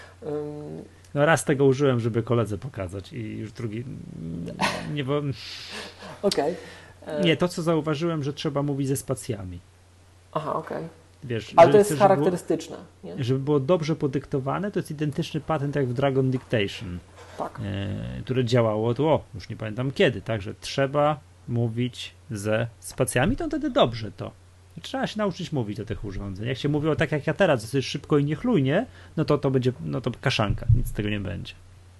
No raz tego użyłem, żeby koledze pokazać i już drugi nie, bo... Okej. Nie, to co zauważyłem, że trzeba mówić ze spacjami. Aha, okej. Wiesz, ale to jest charakterystyczne. Żeby było dobrze podyktowane, to jest identyczny patent jak w Dragon Dictation, tak. Które działało już nie pamiętam kiedy, także trzeba mówić ze spacjami, to wtedy dobrze to. Trzeba się nauczyć mówić do tych urządzeń. Jak się mówiło tak jak ja teraz, dosyć szybko i niechlujnie, no to będzie, to kaszanka, nic z tego nie będzie.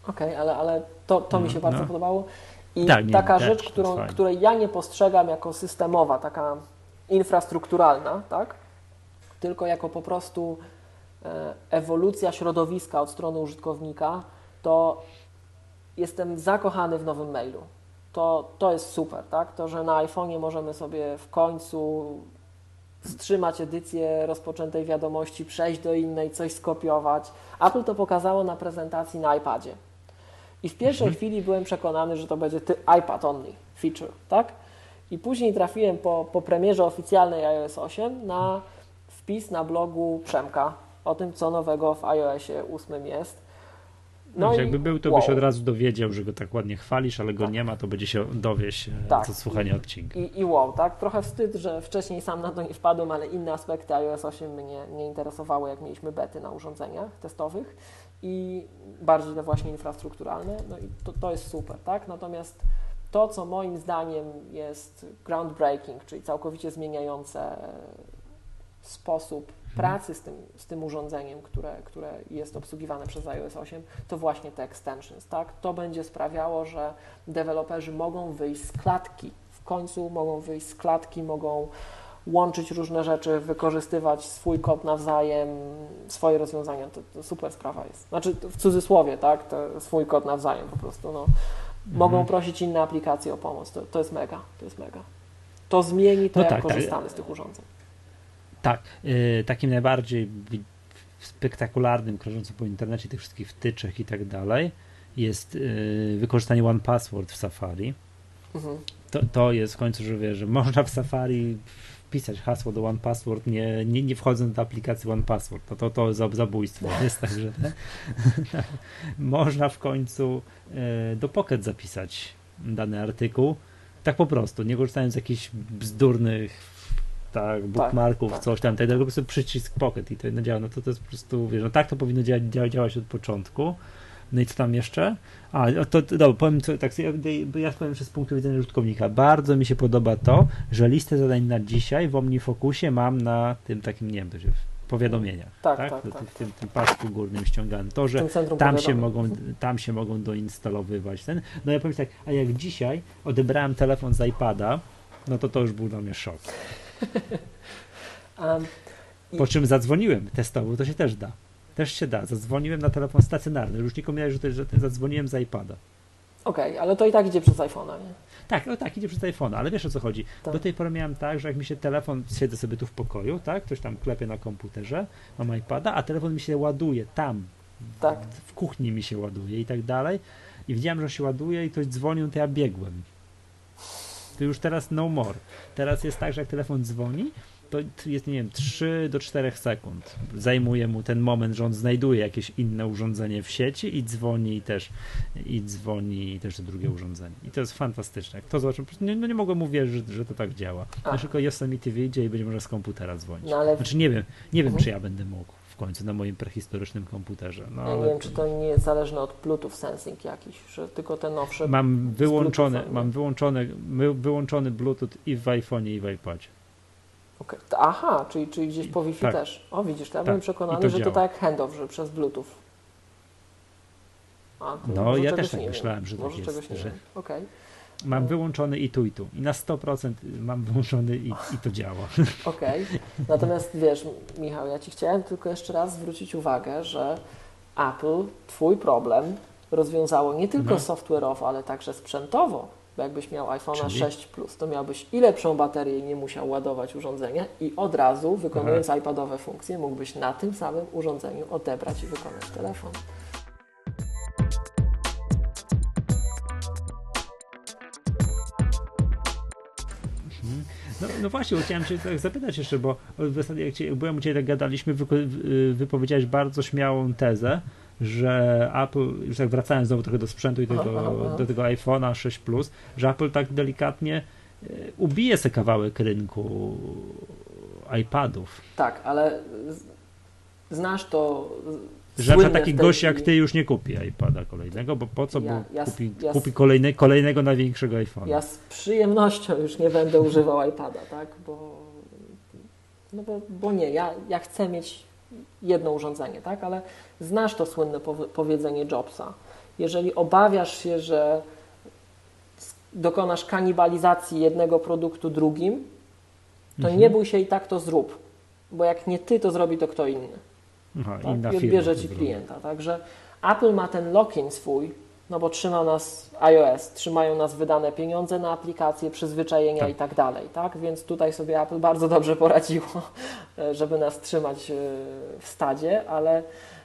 Okej, ale to mi się bardzo podobało. I tak, taka też, rzecz, której ja nie postrzegam jako systemowa, taka infrastrukturalna, tak? Tylko jako po prostu ewolucja środowiska od strony użytkownika, to jestem zakochany w nowym mailu. To jest super, tak? To, że na iPhone'ie możemy sobie w końcu wstrzymać edycję rozpoczętej wiadomości, przejść do innej, coś skopiować. Apple to pokazało na prezentacji na iPadzie. I w pierwszej chwili byłem przekonany, że to będzie iPad only feature, tak? I później trafiłem po premierze oficjalnej iOS 8 na wpis na blogu Przemka o tym, co nowego w iOSie 8 jest. No jakby był, to byś od razu dowiedział, że go tak ładnie chwalisz, ale go nie ma, to będzie się dowieść z odsłuchania odcinka. I wow, tak? Trochę wstyd, że wcześniej sam na to nie wpadłem, ale inne aspekty iOS 8 mnie nie interesowały, jak mieliśmy bety na urządzeniach testowych i bardziej te właśnie infrastrukturalne, no i to jest super, tak? Natomiast to, co moim zdaniem jest groundbreaking, czyli całkowicie zmieniające sposób pracy z tym urządzeniem, które jest obsługiwane przez iOS 8, to właśnie te extensions, tak? To będzie sprawiało, że deweloperzy mogą wyjść z klatki, w końcu mogą wyjść z klatki, mogą łączyć różne rzeczy, wykorzystywać swój kod nawzajem, swoje rozwiązania, to super sprawa jest. Znaczy w cudzysłowie, tak? To swój kod nawzajem po prostu, no. Mogą prosić inne aplikacje o pomoc, to jest mega, to jest mega. To zmieni to, jak korzystamy z tych urządzeń. Tak, takim najbardziej spektakularnym, krążącym po internecie tych wszystkich wtyczek i tak dalej jest wykorzystanie OnePassword w Safari. To jest w końcu, że wiesz, że można w Safari wpisać hasło do OnePassword, nie wchodząc do aplikacji OnePassword. To zabójstwo jest, także można w końcu do Pocket zapisać dany artykuł, tak po prostu, nie korzystając z jakichś bzdurnych bookmarków, coś tam, po prostu przycisk Pocket i to jedno działa, no to jest po prostu, wiesz, no tak to powinno działać od początku. No i co tam jeszcze? Powiem, ja powiem z punktu widzenia użytkownika. Bardzo mi się podoba to, że listę zadań na dzisiaj w OmniFocusie mam na tym takim, nie wiem, to się powiadomienia. W tym pasku górnym ściąganym. To, że tam się mogą doinstalowywać ten. No ja powiem tak, a jak dzisiaj odebrałem telefon z iPada, no to już był dla mnie szok. Po czym zadzwoniłem testowo, to się też da. Też się da. Zadzwoniłem na telefon stacjonarny. Już nie kombinałem, że zadzwoniłem z iPada. Okej, ale to i tak idzie przez iPhone'a, nie? Tak, idzie przez iPhone'a, ale wiesz o co chodzi. Tak. Do tej pory miałem tak, że jak mi się telefon, siedzę sobie tu w pokoju, tak? Ktoś tam klepie na komputerze, mam iPada, a telefon mi się ładuje tam. Tak. W kuchni mi się ładuje i tak dalej. I widziałem, że się ładuje i ktoś dzwonił, to ja biegłem. To już teraz no more. Teraz jest tak, że jak telefon dzwoni, to jest, nie wiem, 3 do 4 sekund. Zajmuje mu ten moment, że on znajduje jakieś inne urządzenie w sieci i dzwoni też do drugie urządzenie. I to jest fantastyczne. Jak to zobaczyłem, nie mogłem mu wierzyć, że to tak działa. Tylko Yosemite wyjdzie i będzie można z komputera dzwonić. No, ale... Znaczy nie wiem, czy ja będę mógł w końcu na moim prehistorycznym komputerze. No, nie wiem, czy to nie jest zależne od Bluetooth sensing jakiś, że tylko te nowsze... Mam wyłączony Bluetooth i w iPhone'ie, i w iPadzie. Okay. Aha, czyli gdzieś po Wi-Fi też. O, widzisz, ja byłem przekonany, że to tak jak handoff, że przez Bluetooth. No, ja też tak myślałem, że może tak jest. Że... Okay. Mam wyłączony i tu. I na 100% mam wyłączony i to działa. Okej. Natomiast wiesz, Michał, ja Ci chciałem tylko jeszcze raz zwrócić uwagę, że Apple Twój problem rozwiązało nie tylko software'owo, ale także sprzętowo. Bo jakbyś miał iPhone'a 6 Plus, to miałbyś i lepszą baterię i nie musiał ładować urządzenia i od razu, wykonując iPadowe funkcje, mógłbyś na tym samym urządzeniu odebrać i wykonać telefon. No właśnie, chciałem Cię tak zapytać jeszcze, bo w zasadzie jak byłem u Ciebie, tak gadaliśmy, wypowiedziałeś bardzo śmiałą tezę, że Apple, już tak wracając znowu trochę do sprzętu i do tego iPhone'a 6 Plus, że Apple tak delikatnie ubije sobie kawałek rynku iPadów. Tak, ale znasz to... Że na taki gość jak Ty już nie kupi iPada kolejnego, bo po co, kupi kolejnego największego iPhone'a. Ja z przyjemnością już nie będę używał iPada, tak, bo nie, ja chcę mieć jedno urządzenie, tak, ale znasz to słynne powiedzenie Jobsa. jeżeli obawiasz się, że dokonasz kanibalizacji jednego produktu drugim, to nie bój się i tak to zrób, bo jak nie ty, to zrobi to kto inny. Aha, Tak? inna I firma odbierze to ci zrobi. klienta. Także Apple ma ten lock-in swój, no bo trzyma nas iOS, trzymają nas wydane pieniądze na aplikacje, przyzwyczajenia Tak. i tak dalej, tak? Więc tutaj sobie Apple bardzo dobrze poradziło, żeby nas trzymać w stadzie, ale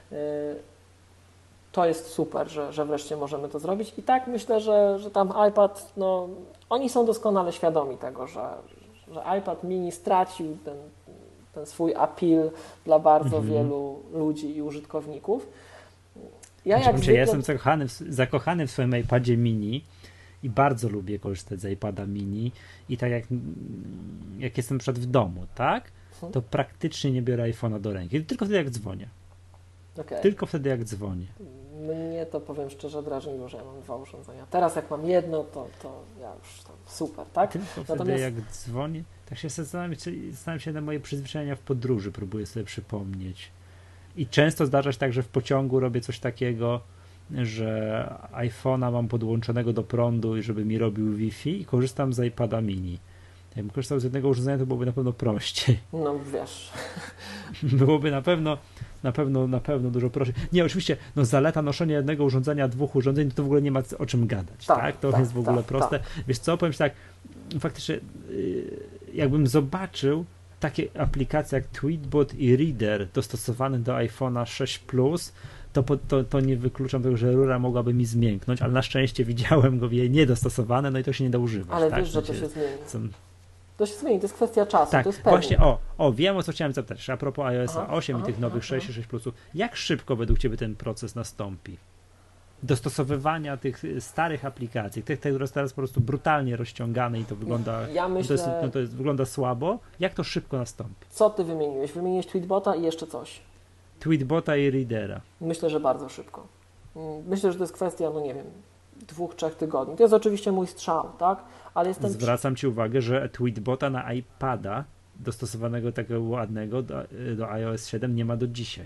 to jest super, że wreszcie możemy to zrobić. I tak myślę, że tam iPad, no oni są doskonale świadomi tego, że iPad mini stracił ten swój appeal dla bardzo wielu ludzi i użytkowników. Ja jestem zakochany w swoim iPadzie mini i bardzo lubię korzystać z iPada mini i tak jak jestem przed w domu, tak? To praktycznie nie biorę iPhone'a do ręki, tylko wtedy jak dzwonię. Okay. Tylko wtedy jak dzwonię. Mnie to, powiem szczerze, drażniło, że ja mam 2 urządzenia. Teraz jak mam jedno, to ja już tam super, tak? Tylko wtedy jak dzwonię, tak się zastanawiam się na moje przyzwyczajenia w podróży, próbuję sobie przypomnieć. I często zdarza się tak, że w pociągu robię coś takiego, że iPhone'a mam podłączonego do prądu i żeby mi robił Wi-Fi i korzystam z iPada mini. Jakbym korzystał z jednego urządzenia, to byłoby na pewno prościej. No wiesz. Byłoby na pewno dużo prościej. Nie, oczywiście, no zaleta noszenia jednego urządzenia, 2 urządzeń, to w ogóle nie ma o czym gadać, tak? To jest w ogóle proste. Wiesz co, powiem ci tak, faktycznie jakbym zobaczył takie aplikacje jak Tweetbot i Reader dostosowane do iPhone'a 6 Plus, to nie wykluczam tego, że rura mogłaby mi zmięknąć, ale na szczęście widziałem go jej niedostosowane, no i to się nie da używać. Ale tak? wiesz, że to się zmieni. To się zmieni, to jest kwestia czasu, tak, to jest pewne. Właśnie, wiem, o co chciałem zapytać, a propos iOS 8 i tych nowych 6 i 6 Plusów, jak szybko według Ciebie ten proces nastąpi? Dostosowywania tych starych aplikacji, tych, które są teraz po prostu brutalnie rozciągane i to wygląda, wygląda słabo, jak to szybko nastąpi? Co Ty wymieniłeś? Wymieniłeś Tweetbota i jeszcze coś. Tweetbota i Readera. Myślę, że bardzo szybko. Myślę, że to jest kwestia, no nie wiem, 2-3 tygodni. To jest oczywiście mój strzał, tak? Ale jestem... Zwracam Ci uwagę, że Tweetbota na iPada dostosowanego takiego ładnego do iOS 7 nie ma do dzisiaj.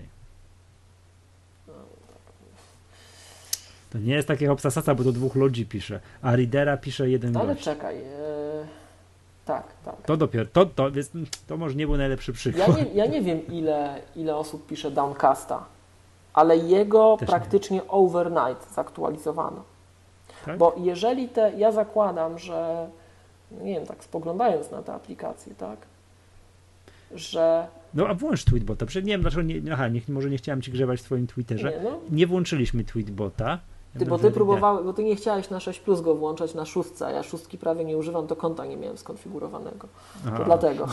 To nie jest takie hopsasasa, bo to 2 ludzi pisze, a Readera pisze jeden gość. Ale czekaj, tak. To dopiero, to może nie był najlepszy przykład. Ja nie wiem, ile osób pisze Downcasta, ale jego też praktycznie overnight zaktualizowano. Tak? Bo jeżeli ja zakładam, że, nie wiem, tak spoglądając na te aplikacje, tak, że... No a włącz Tweetbota, przecież nie wiem dlaczego, może nie chciałem Ci grzebać w Twoim Twitterze, nie włączyliśmy Tweetbota. Bo ty nie chciałeś na 6 Plus go włączać na 6, a ja 6 prawie nie używam, to konta nie miałem skonfigurowanego. To dlatego.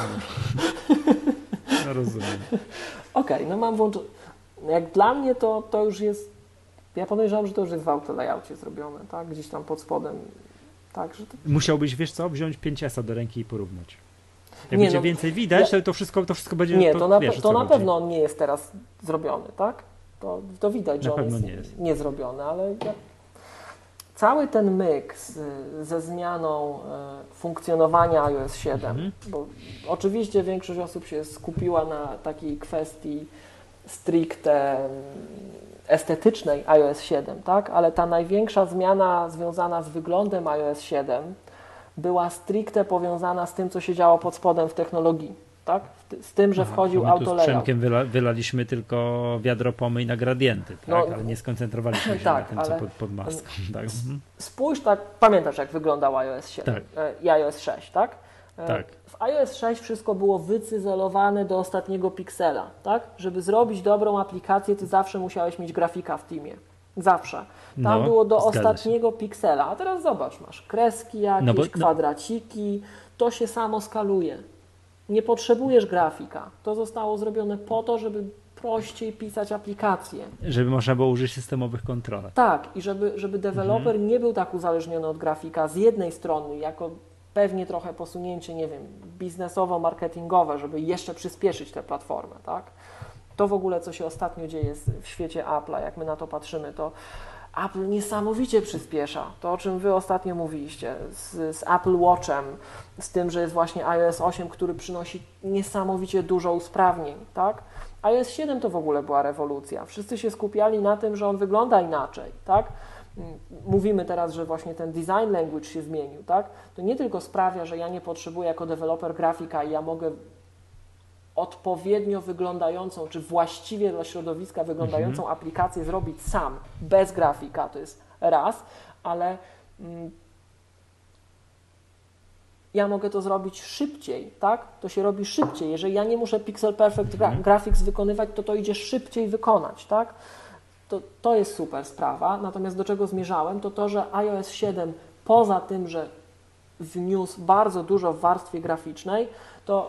No rozumiem. Okej, no mam włączone. Jak dla mnie to już jest, ja podejrzewam, że to już jest w auto-layoutie zrobione, tak? Gdzieś tam pod spodem. Tak, że to... Musiałbyś, wiesz co, wziąć 5S do ręki i porównać. Jak będzie więcej widać, to wszystko będzie... Nie, to na pewno on nie jest teraz zrobiony, tak? To widać, że on jest nie zrobiony, ale cały ten myk ze zmianą funkcjonowania iOS 7, bo oczywiście większość osób się skupiła na takiej kwestii stricte estetycznej iOS 7, tak? Ale ta największa zmiana związana z wyglądem iOS 7 była stricte powiązana z tym, co się działo pod spodem w technologii, tak? Z tym, że wchodził auto layout. Z Przemkiem wylaliśmy tylko wiadro pomyj na gradienty, tak? Ale nie skoncentrowaliśmy się na tym, co pod maską. Tak? Spójrz, pamiętasz, jak wyglądał iOS 7 i iOS 6, tak? Tak. W iOS 6 wszystko było wycyzelowane do ostatniego piksela, tak? Żeby zrobić dobrą aplikację, ty zawsze musiałeś mieć grafika w teamie. Zawsze. Tam było do ostatniego piksela. A teraz zobacz, masz kreski jakieś, kwadraciki, to się samo skaluje. Nie potrzebujesz grafika. To zostało zrobione po to, żeby prościej pisać aplikacje. Żeby można było użyć systemowych kontrolek. Tak, i żeby deweloper nie był tak uzależniony od grafika z jednej strony, jako pewnie trochę posunięcie, nie wiem, biznesowo-marketingowe, żeby jeszcze przyspieszyć tę platformę, tak? To w ogóle, co się ostatnio dzieje w świecie Apple'a, jak my na to patrzymy, to Apple niesamowicie przyspiesza. To, o czym Wy ostatnio mówiliście, z Apple Watchem, z tym, że jest właśnie iOS 8, który przynosi niesamowicie dużo usprawnień, tak? iOS 7 to w ogóle była rewolucja. Wszyscy się skupiali na tym, że on wygląda inaczej, tak? mówimy teraz, że właśnie ten design language się zmienił, tak? To nie tylko sprawia, że ja nie potrzebuję jako deweloper grafika i ja mogę odpowiednio wyglądającą, czy właściwie dla środowiska wyglądającą aplikację zrobić sam, bez grafika, to jest raz, ale ja mogę to zrobić szybciej, tak? To się robi szybciej. Jeżeli ja nie muszę Pixel Perfect Graphics wykonywać, to idzie szybciej wykonać, tak? To jest super sprawa. Natomiast do czego zmierzałem, to, że iOS 7 poza tym, że wniósł bardzo dużo w warstwie graficznej, to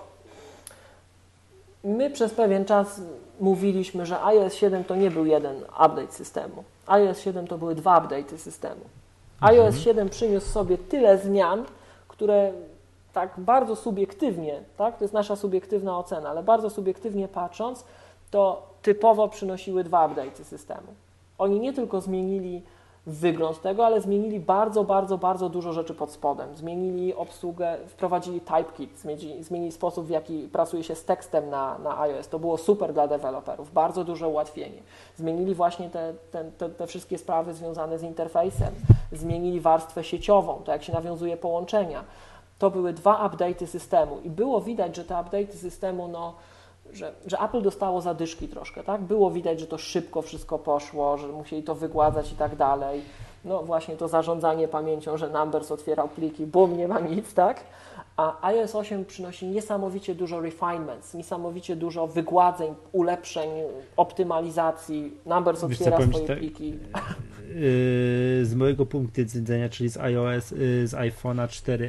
my przez pewien czas mówiliśmy, że iOS 7 to nie był jeden update systemu. iOS 7 to były 2 update'y systemu. iOS 7 przyniósł sobie tyle zmian, które tak bardzo subiektywnie, tak, to jest nasza subiektywna ocena, ale bardzo subiektywnie patrząc, to typowo przynosiły 2 update'y systemu. Oni nie tylko zmienili wygląd tego, ale zmienili bardzo dużo rzeczy pod spodem. Zmienili obsługę, wprowadzili typekit, zmienili sposób, w jaki pracuje się z tekstem na iOS. To było super dla deweloperów, bardzo duże ułatwienie. Zmienili właśnie te wszystkie sprawy związane z interfejsem. Zmienili warstwę sieciową, to jak się nawiązuje połączenia. To były 2 update'y systemu i było widać, że te update'y systemu, że Apple dostało zadyszki troszkę, tak? Było widać, że to szybko wszystko poszło, że musieli to wygładzać i tak dalej. No właśnie to zarządzanie pamięcią, że Numbers otwierał pliki, bum, nie ma nic, tak? A iOS 8 przynosi niesamowicie dużo refinements, niesamowicie dużo wygładzeń, ulepszeń, optymalizacji. Numbers otwiera swoje pliki. Z mojego punktu widzenia, czyli z iPhone'a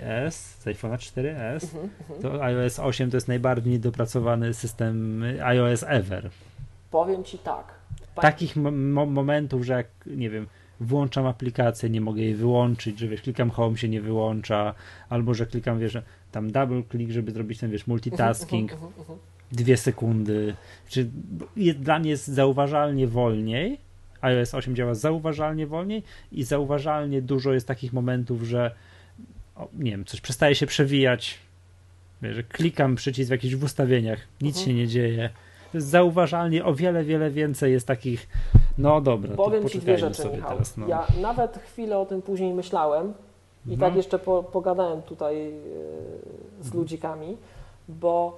4S, to iOS 8 to jest najbardziej niedopracowany system iOS ever. Powiem Ci tak. Takich momentów, że jak, nie wiem, włączam aplikację, nie mogę jej wyłączyć, że wiesz, klikam home, się nie wyłącza, albo że klikam, wiesz, tam double click, żeby zrobić ten, wiesz, multitasking, 2 sekundy. Dla mnie jest zauważalnie wolniej. iOS 8 działa zauważalnie wolniej i zauważalnie dużo jest takich momentów, że nie wiem, coś przestaje się przewijać, wiesz, że klikam przycisk w jakichś ustawieniach, nic się nie dzieje. To jest zauważalnie o wiele więcej jest takich, no dobra, powiem Ci 2 rzeczy, Michał. Teraz, no. Ja nawet chwilę o tym później myślałem i tak jeszcze pogadałem tutaj z ludzikami, bo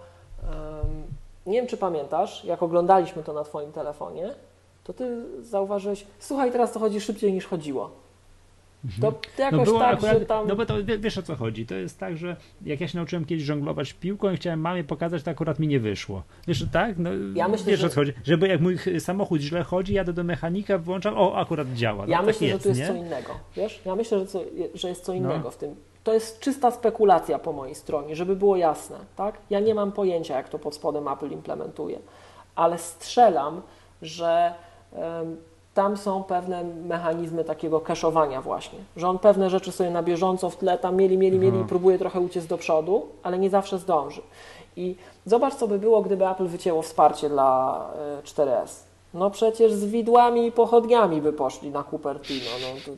nie wiem, czy pamiętasz, jak oglądaliśmy to na Twoim telefonie, to Ty zauważyłeś, słuchaj, teraz to chodzi szybciej niż chodziło. To jakoś tak, akurat, że tam... No bo to wiesz, o co chodzi. To jest tak, że jak ja się nauczyłem kiedyś żonglować piłką i chciałem mamie pokazać, to akurat mi nie wyszło. Wiesz, tak? No, ja myślę, wiesz, o co chodzi. Żeby jak mój samochód źle chodzi, jadę do mechanika, włączam, akurat działa. No, ja tak myślę, jest, że to jest nie? co innego. Wiesz? Ja myślę, że jest co innego w tym. To jest czysta spekulacja po mojej stronie, żeby było jasne. Tak? Ja nie mam pojęcia, jak to pod spodem Apple implementuje, ale strzelam, że tam są pewne mechanizmy takiego cache'owania właśnie, że on pewne rzeczy sobie na bieżąco w tle tam mieli i próbuje trochę uciec do przodu, ale nie zawsze zdąży. I zobacz, co by było, gdyby Apple wycięło wsparcie dla 4S. No przecież z widłami i pochodniami by poszli na Cupertino.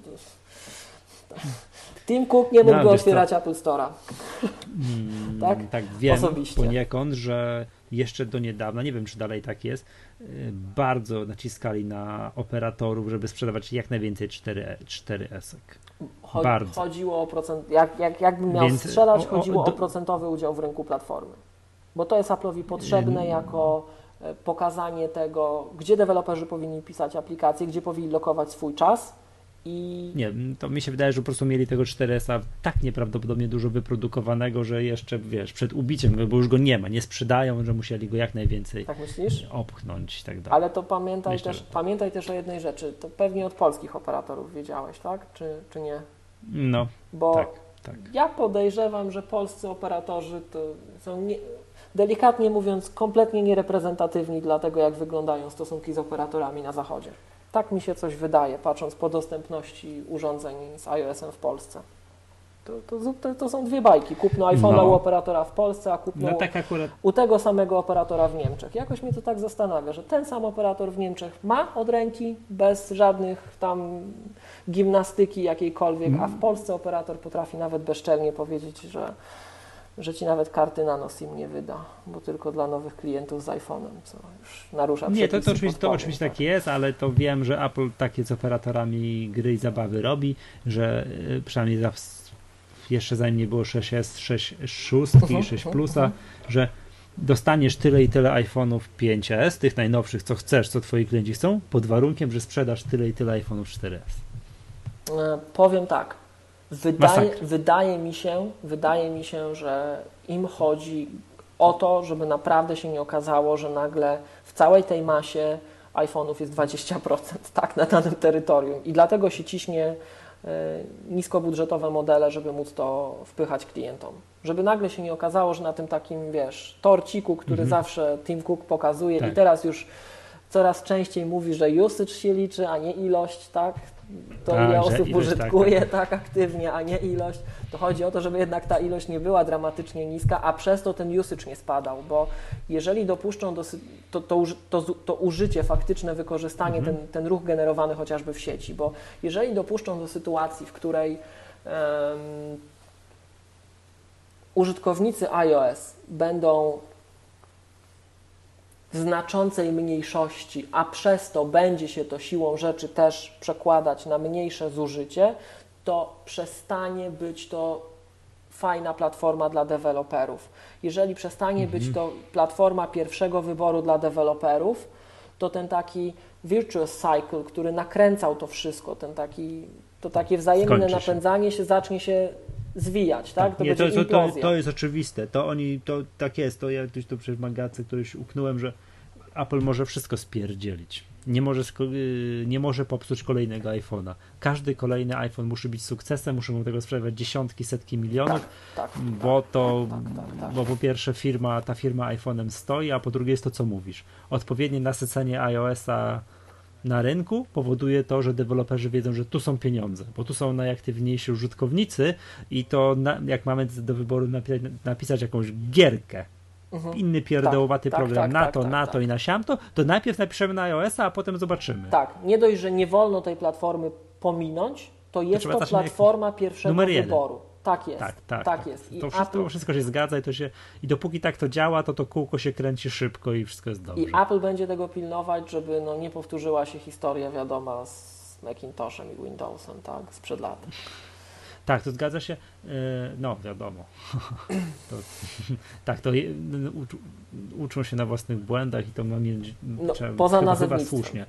Tim Cook nie mógłby otwierać Apple Store'a. Tak, wiem osobiście. Poniekąd, że jeszcze do niedawna, nie wiem, czy dalej tak jest, bardzo naciskali na operatorów, żeby sprzedawać jak najwięcej 4S-ek. Chodziło o procent, jakbym miał strzelać, chodziło o procentowy udział w rynku platformy. Bo to jest Apple'owi potrzebne jako pokazanie tego, gdzie deweloperzy powinni pisać aplikacje, gdzie powinni lokować swój czas. Nie, to mi się wydaje, że po prostu mieli tego 4S-a tak nieprawdopodobnie dużo wyprodukowanego, że jeszcze, wiesz, przed ubiciem, bo już go nie sprzedają, że musieli go jak najwięcej opchnąć i tak dalej. Ale to pamiętaj też o jednej rzeczy, to pewnie od polskich operatorów wiedziałeś, tak? Czy nie? No, bo tak. Ja podejrzewam, że polscy operatorzy to są, delikatnie mówiąc, kompletnie niereprezentatywni dla tego, jak wyglądają stosunki z operatorami na zachodzie. Tak mi się coś wydaje, patrząc po dostępności urządzeń z iOS-em w Polsce. To są 2 bajki. Kupno iPhone'a u operatora w Polsce, a kupno u tego samego operatora w Niemczech. Jakoś mnie to tak zastanawia, że ten sam operator w Niemczech ma od ręki, bez żadnych tam gimnastyki jakiejkolwiek, a w Polsce operator potrafi nawet bezczelnie powiedzieć, że ci nawet karty nano SIM nie wyda, bo tylko dla nowych klientów z iPhone'em, co już narusza przepisy. Nie, to oczywiście tak jest, ale to wiem, że Apple takie z operatorami gry i zabawy robi, że przynajmniej jeszcze zanim nie było 6S, 6 i 6 Plusa, że dostaniesz tyle i tyle iPhone'ów 5S, tych najnowszych, co chcesz, co twoi klienci chcą, pod warunkiem, że sprzedasz tyle i tyle iPhone'ów 4S. Powiem tak, wydaje mi się, że im chodzi o to, żeby naprawdę się nie okazało, że nagle w całej tej masie iPhone'ów jest 20%, tak, na danym terytorium i dlatego się ciśnie niskobudżetowe modele, żeby móc to wpychać klientom. Żeby nagle się nie okazało, że na tym takim, wiesz, torciku, który zawsze Tim Cook pokazuje i teraz już coraz częściej mówi, że usage się liczy, a nie ilość, tak? To ile osób użytkuje tak aktywnie, a nie ilość. To chodzi o to, żeby jednak ta ilość nie była dramatycznie niska, a przez to ten usage nie spadał, bo jeżeli dopuszczą to użycie, faktyczne wykorzystanie, ten ruch generowany chociażby w sieci, bo jeżeli dopuszczą do sytuacji, w której użytkownicy iOS będą w znaczącej mniejszości, a przez to będzie się to siłą rzeczy też przekładać na mniejsze zużycie, to przestanie być to fajna platforma dla deweloperów. Jeżeli przestanie być to platforma pierwszego wyboru dla deweloperów, to ten taki virtuous cycle, który nakręcał to wszystko, to takie wzajemne napędzanie się zacznie się zwijać, tak? To będzie implozja. To jest oczywiste. To tak jest. To ja gdzieś tu przecież w magazynie któryś uknąłem, że Apple może wszystko spierdzielić. Nie może popsuć kolejnego iPhone'a. Każdy kolejny iPhone musi być sukcesem, muszą tego sprzedawać dziesiątki, setki milionów, bo po pierwsze ta firma iPhone'em stoi, a po drugie jest to, co mówisz. Odpowiednie nasycenie iOS-a na rynku powoduje to, że deweloperzy wiedzą, że tu są pieniądze, bo tu są najaktywniejsi użytkownicy i to jak mamy do wyboru napisać jakąś gierkę, inny pierdołowaty program na to i na siamto, to najpierw napiszemy na iOS-a, a potem zobaczymy. Tak, nie dość, że nie wolno tej platformy pominąć, to jest to platforma pierwszego wyboru. Tak jest. Tak jest. I wszystko się zgadza i dopóki tak to działa, to kółko się kręci szybko i wszystko jest dobrze. I Apple będzie tego pilnować, żeby nie powtórzyła się historia wiadoma z Macintoshem i Windowsem, tak, sprzed lat. Tak, to zgadza się. No, wiadomo. Uczą się na własnych błędach i to ma mieć poza nazewnictwem. Słusznie.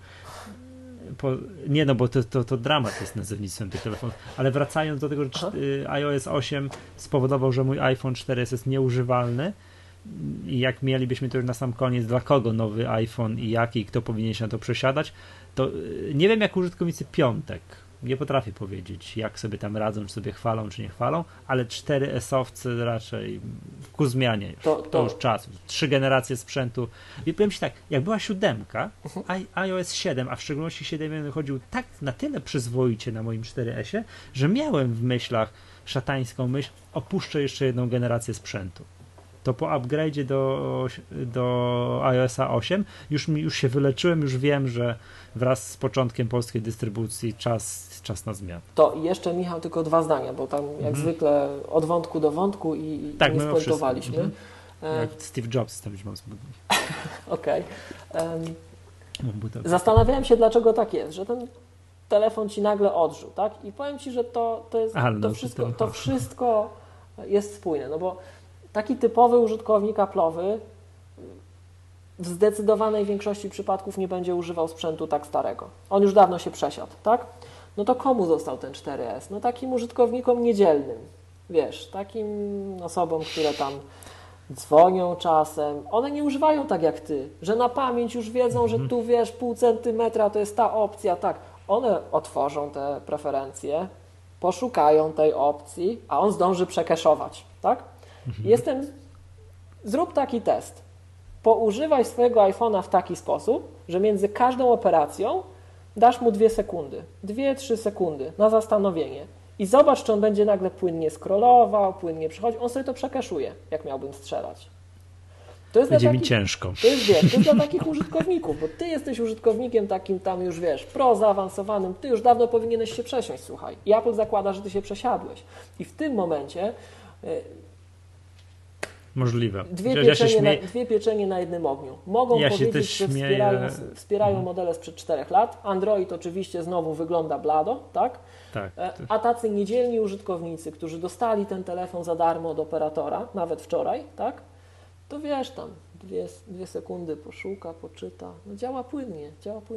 Bo to dramat jest nazewnictwem tych telefonów. Ale wracając do tego, że iOS 8 spowodował, że mój iPhone 4S jest nieużywalny i jak mielibyśmy to już na sam koniec, dla kogo nowy iPhone i jaki, kto powinien się na to przesiadać, to nie wiem jak użytkownicy piątek. Nie potrafię powiedzieć, jak sobie tam radzą, czy sobie chwalą, czy nie chwalą, ale 4S-owcy raczej ku zmianie. To już czas. 3 generacje sprzętu. I powiem Ci tak, jak była 7, iOS 7, a w szczególności 7 chodził tak na tyle przyzwoicie na moim 4S-ie, że miałem w myślach szatańską myśl, opuszczę jeszcze jedną generację sprzętu. To po upgrade'zie do iOS-a 8 już się wyleczyłem, już wiem, że wraz z początkiem polskiej dystrybucji czas na zmianę. To jeszcze, Michał, tylko 2 zdania, bo tam jak zwykle od wątku do wątku i nie spuentowaliśmy. Jak Steve Jobs tam już mam zbudowany. Okej. Zastanawiałem się, dlaczego tak jest, że ten telefon Ci nagle odżył, tak? I powiem Ci, że to wszystko jest spójne, no bo taki typowy użytkownik Apple'owy w zdecydowanej większości przypadków nie będzie używał sprzętu tak starego. On już dawno się przesiadł, tak? No to komu został ten 4S? No takim użytkownikom niedzielnym, wiesz, takim osobom, które tam dzwonią czasem. One nie używają tak jak Ty, że na pamięć już wiedzą, że tu, wiesz, pół centymetra to jest ta opcja, tak. One otworzą te preferencje, poszukają tej opcji, a on zdąży przekeszować, tak? Zrób taki test. Poużywaj swojego iPhone'a w taki sposób, że między każdą operacją dasz mu 2 sekundy, 2-3 sekundy na zastanowienie i zobacz, czy on będzie nagle płynnie scrollował, płynnie przechodził. On sobie to przekeszuje, jak miałbym strzelać. Będzie mi ciężko. To jest dla takich użytkowników, bo Ty jesteś użytkownikiem takim tam już, wiesz, zaawansowanym, Ty już dawno powinieneś się przesiąść, słuchaj. I Apple zakłada, że Ty się przesiadłeś. I w tym momencie Możliwe. Dwie pieczenie na jednym ogniu. Mogą powiedzieć, że wspierają modele sprzed 4 lat. Android oczywiście znowu wygląda blado, tak? Tak. A tacy niedzielni użytkownicy, którzy dostali ten telefon za darmo od operatora, nawet wczoraj, tak? To wiesz, tam 2 sekundy poszuka, poczyta. No działa płynnie.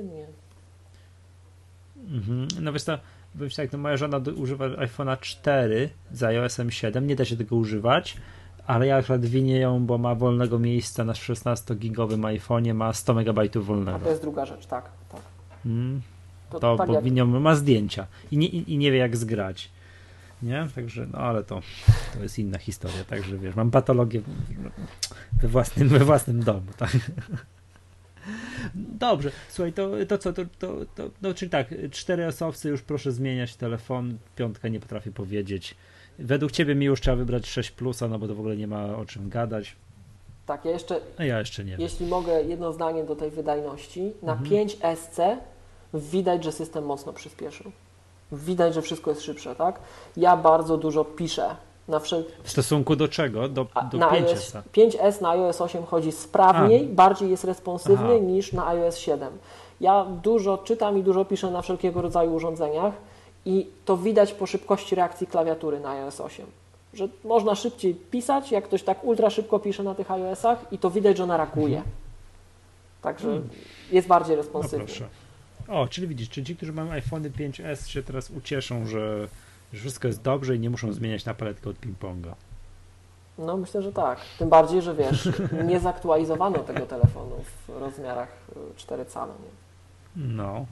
No wiesz co, tak, no moja żona używa iPhone'a 4 z iOS-em 7, nie da się tego używać, ale ja akurat winię ją, bo ma wolnego miejsca na 16-gigowym iPhone'ie, ma 100 MB wolnego. A to jest druga rzecz, tak. To tak bo winią ma zdjęcia i nie wie jak zgrać. Nie? Także, no ale to jest inna historia, także wiesz, mam patologię we własnym domu, tak? Dobrze, słuchaj, czyli tak, 4S-owcy już proszę zmieniać telefon, 5 nie potrafię powiedzieć. Według ciebie mi już trzeba wybrać 6 plusa, no bo to w ogóle nie ma o czym gadać. Tak, ja jeszcze nie. Jeśli mogę jedno zdanie do tej wydajności, na 5SC widać, że system mocno przyspieszył. Widać, że wszystko jest szybsze, tak? Ja bardzo dużo piszę. W stosunku do czego? Do 5S? 5S na iOS 8 chodzi sprawniej, bardziej jest responsywny niż na iOS 7. Ja dużo czytam i dużo piszę na wszelkiego rodzaju urządzeniach i to widać po szybkości reakcji klawiatury na iOS 8. Że można szybciej pisać, jak ktoś tak ultra szybko pisze na tych iOS-ach i to widać, że ona reaguje. Także jest bardziej responsywny. No proszę. O, czyli widzisz, czy ci, którzy mają iPhony 5S się teraz ucieszą, że wszystko jest dobrze i nie muszą zmieniać na paletkę od ping-ponga. No myślę, że tak. Tym bardziej, że wiesz, nie zaktualizowano tego telefonu w rozmiarach 4 cale. Nie?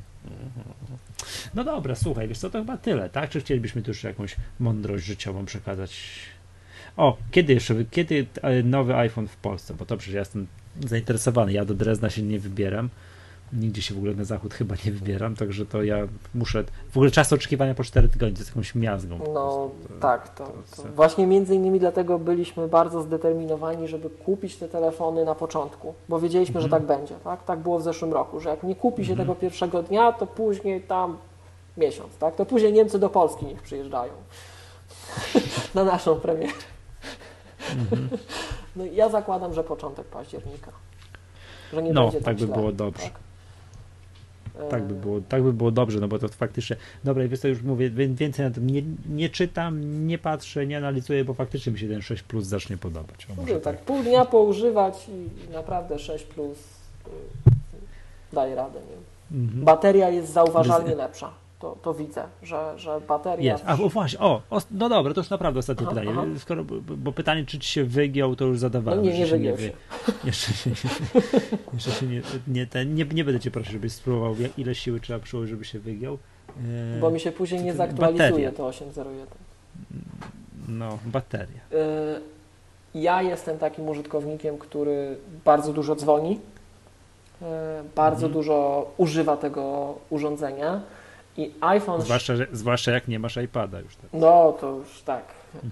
No dobra, słuchaj, wiesz co, to chyba tyle, tak? Czy chcielibyśmy tu już jakąś mądrość życiową przekazać? O, kiedy nowy iPhone w Polsce? Bo to przecież ja jestem zainteresowany. Ja do Drezna się nie wybieram. Nigdzie się w ogóle na zachód chyba nie wybieram, także to ja muszę... W ogóle czas oczekiwania po 4 tygodnie, to jest jakąś miazgą. No tak, to właśnie między innymi dlatego byliśmy bardzo zdeterminowani, żeby kupić te telefony na początku, bo wiedzieliśmy, że tak będzie, tak? Tak było w zeszłym roku, że jak nie kupi się tego pierwszego dnia, to później tam miesiąc, tak? To później Niemcy do Polski niech przyjeżdżają na naszą premierę. No i ja zakładam, że początek października. Że nie będzie tak by źle, było dobrze. Tak? Tak by było dobrze, no bo to faktycznie, dobra, wiesz co, już mówię, więcej na tym nie czytam, nie patrzę, nie analizuję, bo faktycznie mi się ten 6 Plus zacznie podobać. Mówię, tak pół dnia poużywać i naprawdę 6 Plus daje radę. Nie? Bateria jest zauważalnie lepsza. To widzę, że bateria... Jest. Właśnie, no dobra, to już naprawdę ostatnie pytanie. Bo pytanie, czy ci się wygiął, to już zadawałem. No nie wygiął się. Jeszcze się nie będę cię prosił, żebyś spróbował, ile siły trzeba przyłożyć, żeby się wygiął. Bo mi się później nie zaktualizuje to 801. No, bateria. Ja jestem takim użytkownikiem, który bardzo dużo dzwoni, bardzo dużo używa tego urządzenia. I iPhone... Zwłaszcza jak nie masz iPada już. Tak. No, to już tak.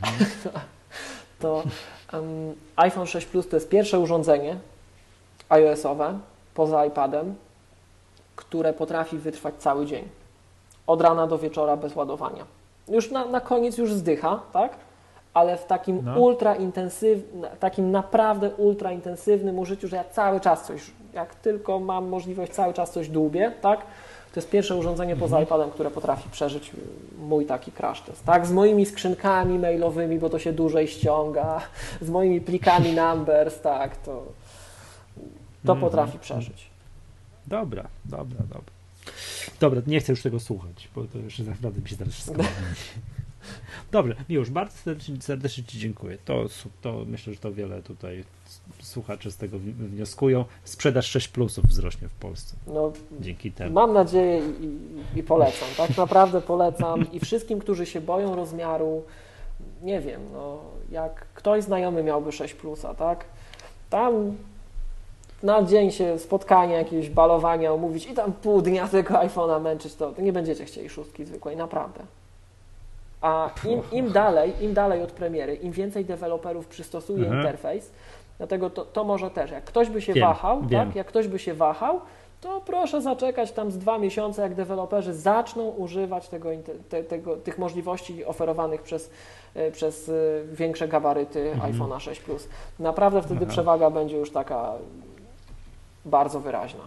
iPhone 6 Plus to jest pierwsze urządzenie iOS-owe, poza iPadem, które potrafi wytrwać cały dzień. Od rana do wieczora bez ładowania. Już na koniec już zdycha, tak? Ale w takim takim naprawdę ultra intensywnym użyciu, że ja cały czas coś, jak tylko mam możliwość, cały czas coś dłubię, tak? To jest pierwsze urządzenie poza iPadem, które potrafi przeżyć mój taki crash test. Tak? Z moimi skrzynkami mailowymi, bo to się dłużej ściąga, z moimi plikami Numbers, tak, to potrafi przeżyć. Dobra. Dobra, nie chcę już tego słuchać, bo to już naprawdę mi się teraz wszystko Dobrze, Miłosz, bardzo serdecznie Ci dziękuję. To myślę, że to wiele tutaj słuchacze z tego wnioskują. Sprzedaż 6 plusów wzrośnie w Polsce. No, dzięki temu. Mam nadzieję i polecam. Tak naprawdę polecam i wszystkim, którzy się boją rozmiaru, nie wiem, no, jak ktoś znajomy miałby 6 plusa, tak? Tam na dzień się spotkania, jakieś balowania omówić i tam pół dnia tego iPhone'a męczyć, to nie będziecie chcieli 6 zwykłej, naprawdę. A im dalej od premiery, im więcej deweloperów przystosuje interfejs, dlatego to może też, jak ktoś by się wahał, tak? Jak ktoś by się wahał, to proszę zaczekać tam z 2 miesiące, jak deweloperzy zaczną używać tych możliwości oferowanych przez większe gabaryty iPhone'a 6 Plus. Naprawdę wtedy przewaga będzie już taka bardzo wyraźna.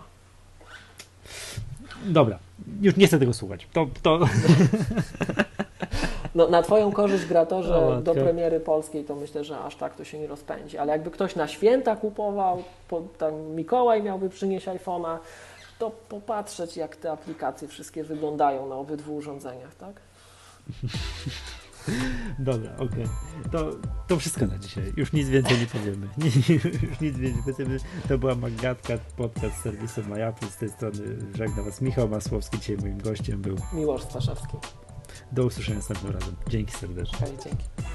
Dobra, już nie chcę tego słuchać. To... No, na twoją korzyść gra to, że do premiery polskiej to myślę, że aż tak to się nie rozpędzi, ale jakby ktoś na święta kupował, tam Mikołaj miałby przynieść iPhone'a, to popatrzeć, jak te aplikacje wszystkie wyglądają na obydwu urządzeniach, tak? Dobra, okej. To wszystko na dzisiaj. Już nic więcej nie powiemy. Już nic więcej nie powiemy. To była Magatka, podcast serwisu MyApple. Z tej strony żegna Was Michał Masłowski. Dzisiaj moim gościem był Miłosz Staszewski. Do usłyszenia następnym razem. Dzięki serdecznie. Dzięki.